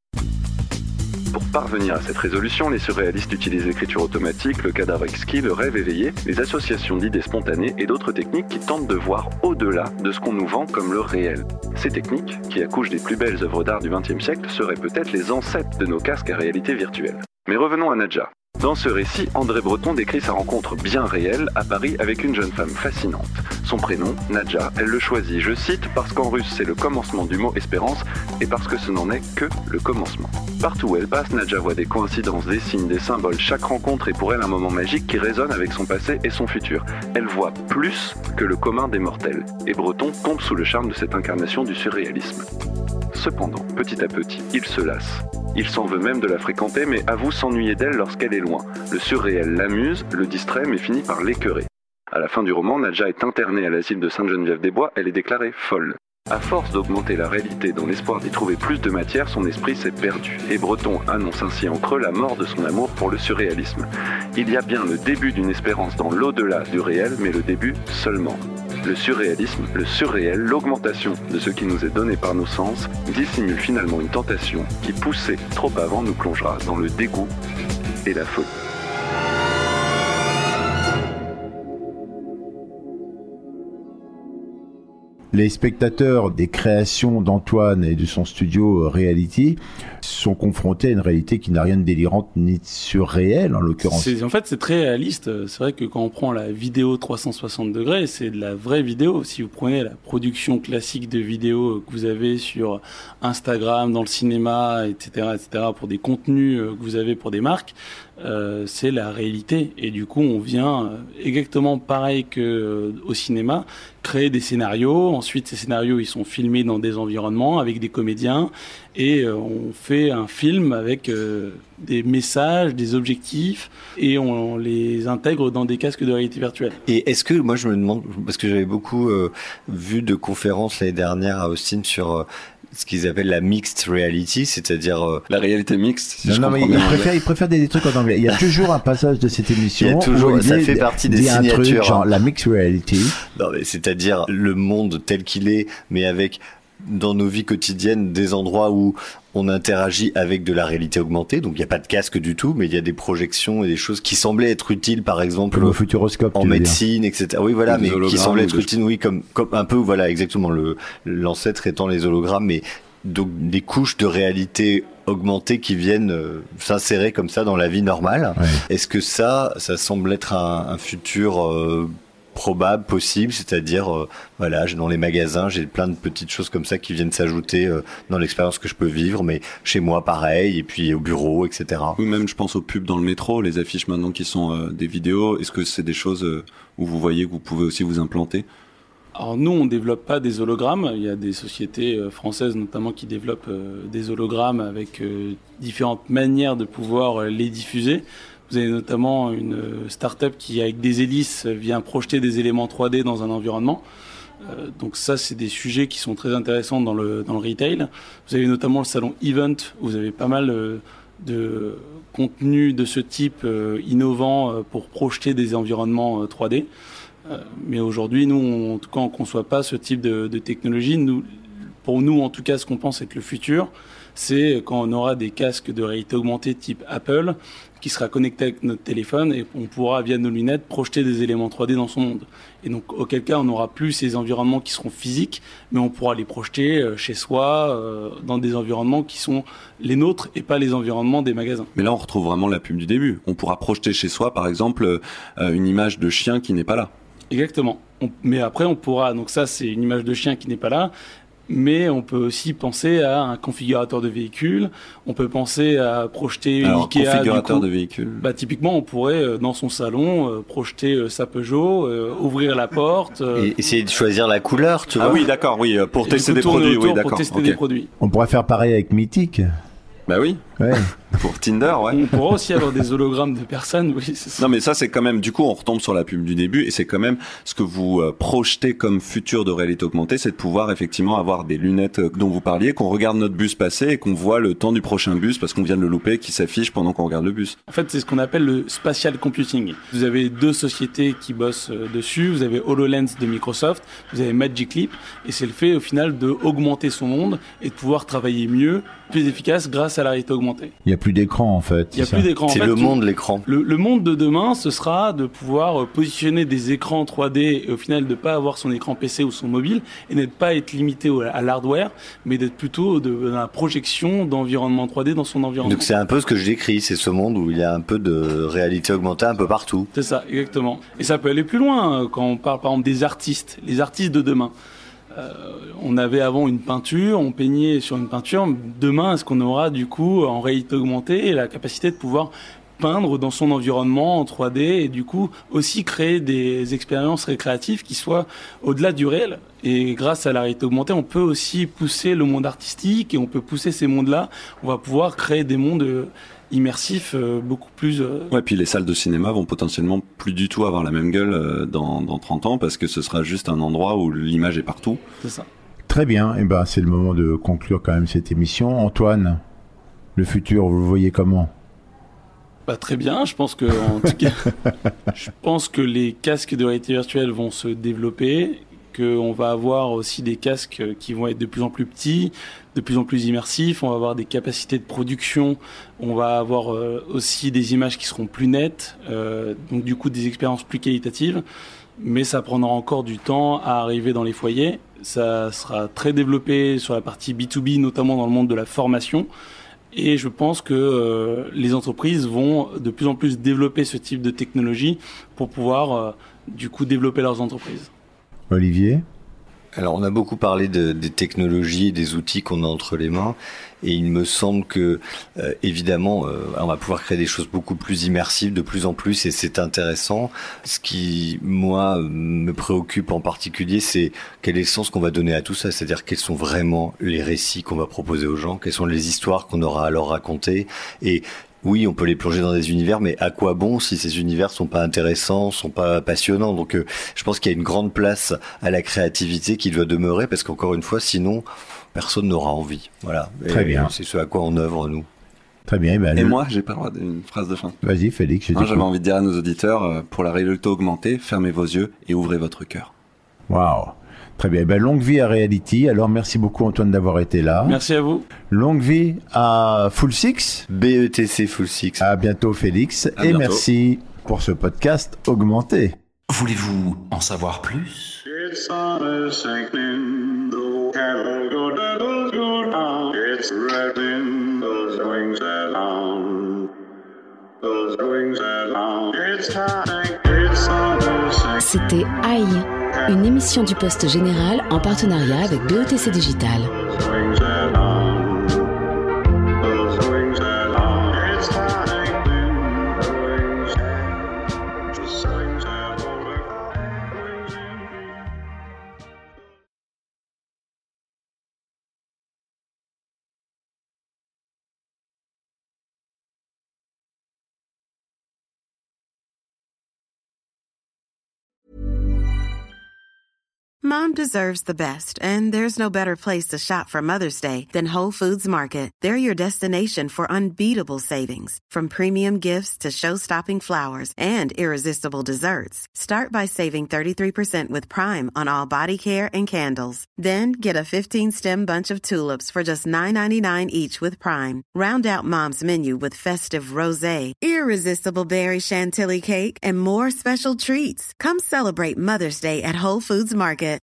Pour parvenir à cette résolution, les surréalistes utilisent l'écriture automatique, le cadavre exquis, le rêve éveillé, les associations d'idées spontanées et d'autres techniques qui tentent de voir au-delà de ce qu'on nous vend comme le réel. Ces techniques, qui accouchent des plus belles œuvres d'art du XXe siècle, seraient peut-être les ancêtres de nos casques à réalité virtuelle. Mais revenons à Nadja. Dans ce récit, André Breton décrit sa rencontre bien réelle à Paris avec une jeune femme fascinante. Son prénom, Nadja, elle le choisit, je cite, parce qu'en russe c'est le commencement du mot espérance et parce que ce n'en est que le commencement. Partout où elle passe, Nadja voit des coïncidences, des signes, des symboles. Chaque rencontre est pour elle un moment magique qui résonne avec son passé et son futur. Elle voit plus que le commun des mortels. Et Breton tombe sous le charme de cette incarnation du surréalisme. Cependant, petit à petit, il se lasse. Il s'en veut même de la fréquenter, mais avoue s'ennuyer d'elle lorsqu'elle est loin. Le surréel l'amuse, le distrait, mais finit par l'écœurer. À la fin du roman, Nadja est internée à l'asile de Sainte-Geneviève-des-Bois, elle est déclarée folle. À force d'augmenter la réalité dans l'espoir d'y trouver plus de matière, son esprit s'est perdu. Et Breton annonce ainsi en creux la mort de son amour pour le surréalisme. Il y a bien le début d'une espérance dans l'au-delà du réel, mais le début seulement. Le surréalisme, le surréel, l'augmentation de ce qui nous est donné par nos sens, dissimule finalement une tentation qui, poussée trop avant, nous plongera dans le dégoût et la folie. Les spectateurs des créations d'Antoine et de son studio Reality sont confrontés à une réalité qui n'a rien de délirante ni de surréel en l'occurrence. En fait, c'est très réaliste. C'est vrai que quand on prend la vidéo 360 degrés, c'est de la vraie vidéo. Si vous prenez la production classique de vidéos que vous avez sur Instagram, dans le cinéma, etc., pour des contenus que vous avez pour des marques, c'est la réalité. Et du coup, on vient exactement pareil que au cinéma, créer des scénarios. Ensuite, ces scénarios, ils sont filmés dans des environnements avec des comédiens et on fait un film avec des messages, des objectifs et on les intègre dans des casques de réalité virtuelle. Et est-ce que, moi je me demande, parce que j'avais beaucoup vu de conférences l'année dernière à Austin sur ce qu'ils appellent la mixed reality, c'est-à-dire la réalité mixte. Si non, mais il préfère des trucs en anglais. Il y a toujours un passage de cette émission. Il y a toujours, ça fait partie des signatures. Un truc, genre la mixed reality. Non, mais c'est-à-dire le monde tel qu'il est, mais avec dans nos vies quotidiennes des endroits où on interagit avec de la réalité augmentée. Donc il n'y a pas de casque du tout, mais il y a des projections et des choses qui semblaient être utiles, par exemple comme au futuroscope, en médecine, etc. Oui, voilà, mais qui semblaient être utiles, oui, comme un peu, voilà, exactement, l'ancêtre étant les hologrammes, mais donc des couches de réalité augmentée qui viennent s'insérer comme ça dans la vie normale. Ouais. Est-ce que ça semble être un futur probable, possible, c'est-à-dire voilà, dans les magasins, j'ai plein de petites choses comme ça qui viennent s'ajouter dans l'expérience que je peux vivre, mais chez moi pareil, et puis au bureau, etc. Oui, même je pense aux pubs dans le métro, les affiches maintenant qui sont des vidéos. Est-ce que c'est des choses où vous voyez que vous pouvez aussi vous implanter ? Alors nous, on développe pas des hologrammes. Il y a des sociétés françaises notamment qui développent des hologrammes avec différentes manières de pouvoir les diffuser. Vous avez notamment une start-up qui, avec des hélices, vient projeter des éléments 3D dans un environnement. Donc ça, c'est des sujets qui sont très intéressants dans le retail. Vous avez notamment le salon Event, où vous avez pas mal de contenu de ce type innovant pour projeter des environnements 3D. Mais aujourd'hui, nous, en tout cas, on ne conçoit pas ce type de technologie. Pour nous, en tout cas, ce qu'on pense être le futur, c'est quand on aura des casques de réalité augmentée type Apple qui sera connecté avec notre téléphone et on pourra, via nos lunettes, projeter des éléments 3D dans son monde. Et donc, auquel cas, on n'aura plus ces environnements qui seront physiques, mais on pourra les projeter chez soi, dans des environnements qui sont les nôtres et pas les environnements des magasins. Mais là, on retrouve vraiment la pub du début. On pourra projeter chez soi, par exemple, une image de chien qui n'est pas là. Exactement. Mais après, on pourra... Donc ça, c'est une image de chien qui n'est pas là. Mais on peut aussi penser à un configurateur de véhicule. On peut penser à projeter Alors, Ikea. Configurateur de véhicule. Typiquement, on pourrait, dans son salon, projeter sa Peugeot, ouvrir la porte. Et essayer de choisir la couleur, tu vois. Ah oui, d'accord, oui, pour tester des produits. Oui, d'accord. Pour tester des produits. On pourrait faire pareil avec Mythique. Bah oui. Ouais. Pour Tinder, ouais. On pourra aussi avoir des hologrammes de personnes, oui, c'est ça. Non, mais ça, c'est quand même, du coup, on retombe sur la pub du début, et c'est quand même ce que vous projetez comme futur de réalité augmentée, c'est de pouvoir effectivement avoir des lunettes dont vous parliez, qu'on regarde notre bus passer et qu'on voit le temps du prochain bus parce qu'on vient de le louper, qui s'affiche pendant qu'on regarde le bus. En fait, c'est ce qu'on appelle le spatial computing. Vous avez deux sociétés qui bossent dessus. Vous avez HoloLens de Microsoft, vous avez Magic Leap, et c'est le fait, au final, de augmenter son monde et de pouvoir travailler mieux, plus efficace grâce à la réalité augmentée. Il n'y a plus d'écran en fait. Il n'y a plus d'écran. C'est le monde, l'écran. Le monde de demain, ce sera de pouvoir positionner des écrans 3D et au final de ne pas avoir son écran PC ou son mobile et ne pas être limité à l'hardware, mais d'être plutôt dans la projection d'environnement 3D dans son environnement. Donc c'est un peu ce que je décris, c'est ce monde où il y a un peu de réalité augmentée un peu partout. C'est ça, exactement. Et ça peut aller plus loin quand on parle par exemple des artistes, les artistes de demain. On avait avant une peinture, on peignait sur une peinture. Demain, est-ce qu'on aura du coup en réalité augmentée la capacité de pouvoir peindre dans son environnement en 3D et du coup aussi créer des expériences récréatives qui soient au-delà du réel. Et grâce à la réalité augmentée, on peut aussi pousser le monde artistique et on peut pousser ces mondes-là. On va pouvoir créer des mondes immersifs beaucoup plus... Ouais, puis les salles de cinéma vont potentiellement plus du tout avoir la même gueule dans 30 ans parce que ce sera juste un endroit où l'image est partout. C'est ça. Très bien, et c'est le moment de conclure quand même cette émission. Antoine, le futur, vous le voyez comment ? Très bien, je pense que en tout cas, je pense que les casques de réalité virtuelle vont se développer, qu'on va avoir aussi des casques qui vont être de plus en plus petits, de plus en plus immersifs, on va avoir des capacités de production, on va avoir aussi des images qui seront plus nettes, donc du coup des expériences plus qualitatives, mais ça prendra encore du temps à arriver dans les foyers. Ça sera très développé sur la partie B2B, notamment dans le monde de la formation. Et je pense que les entreprises vont de plus en plus développer ce type de technologie pour pouvoir du coup développer leurs entreprises. Olivier ? Alors on a beaucoup parlé des technologies et des outils qu'on a entre les mains et il me semble que évidemment on va pouvoir créer des choses beaucoup plus immersives de plus en plus et c'est intéressant. Ce qui moi me préoccupe en particulier c'est quel est le sens qu'on va donner à tout ça, c'est-à-dire quels sont vraiment les récits qu'on va proposer aux gens, quelles sont les histoires qu'on aura à leur raconter et oui, on peut les plonger dans des univers, mais à quoi bon si ces univers sont pas intéressants, sont pas passionnants. Donc, je pense qu'il y a une grande place à la créativité qui doit demeurer, parce qu'encore une fois, sinon, personne n'aura envie. Voilà. Très bien. C'est ce à quoi on œuvre, nous. Très bien. Et moi, j'ai pas le droit d'une phrase de fin. Vas-y, Félix. J'avais envie de dire à nos auditeurs, pour la réalité augmentée, fermez vos yeux et ouvrez votre cœur. Waouh. Très bien. Ben, longue vie à Reality. Alors, merci beaucoup, Antoine, d'avoir été là. Merci à vous. Longue vie à Full Six. BETC Full Six. À bientôt, Félix. À et bientôt. merci pour ce podcast augmenté. Voulez-vous en savoir plus? It's on a sinking, the cattle go doodles go down. It's rattling those wings along. Those wings along. It's time, it's on a sinking. C'était Aïe, une émission du Poste Général en partenariat avec BETC Digital. Those wings along. Those wings along. It's time, the wings, the swings along. Mom deserves the best, and there's no better place to shop for Mother's Day than Whole Foods Market. They're your destination for unbeatable savings, from premium gifts to show-stopping flowers and irresistible desserts. Start by saving 33% with Prime on all body care and candles. Then get a 15-stem bunch of tulips for just $9.99 each with Prime. Round out Mom's menu with festive rosé, irresistible berry chantilly cake, and more special treats. Come celebrate Mother's Day at Whole Foods Market.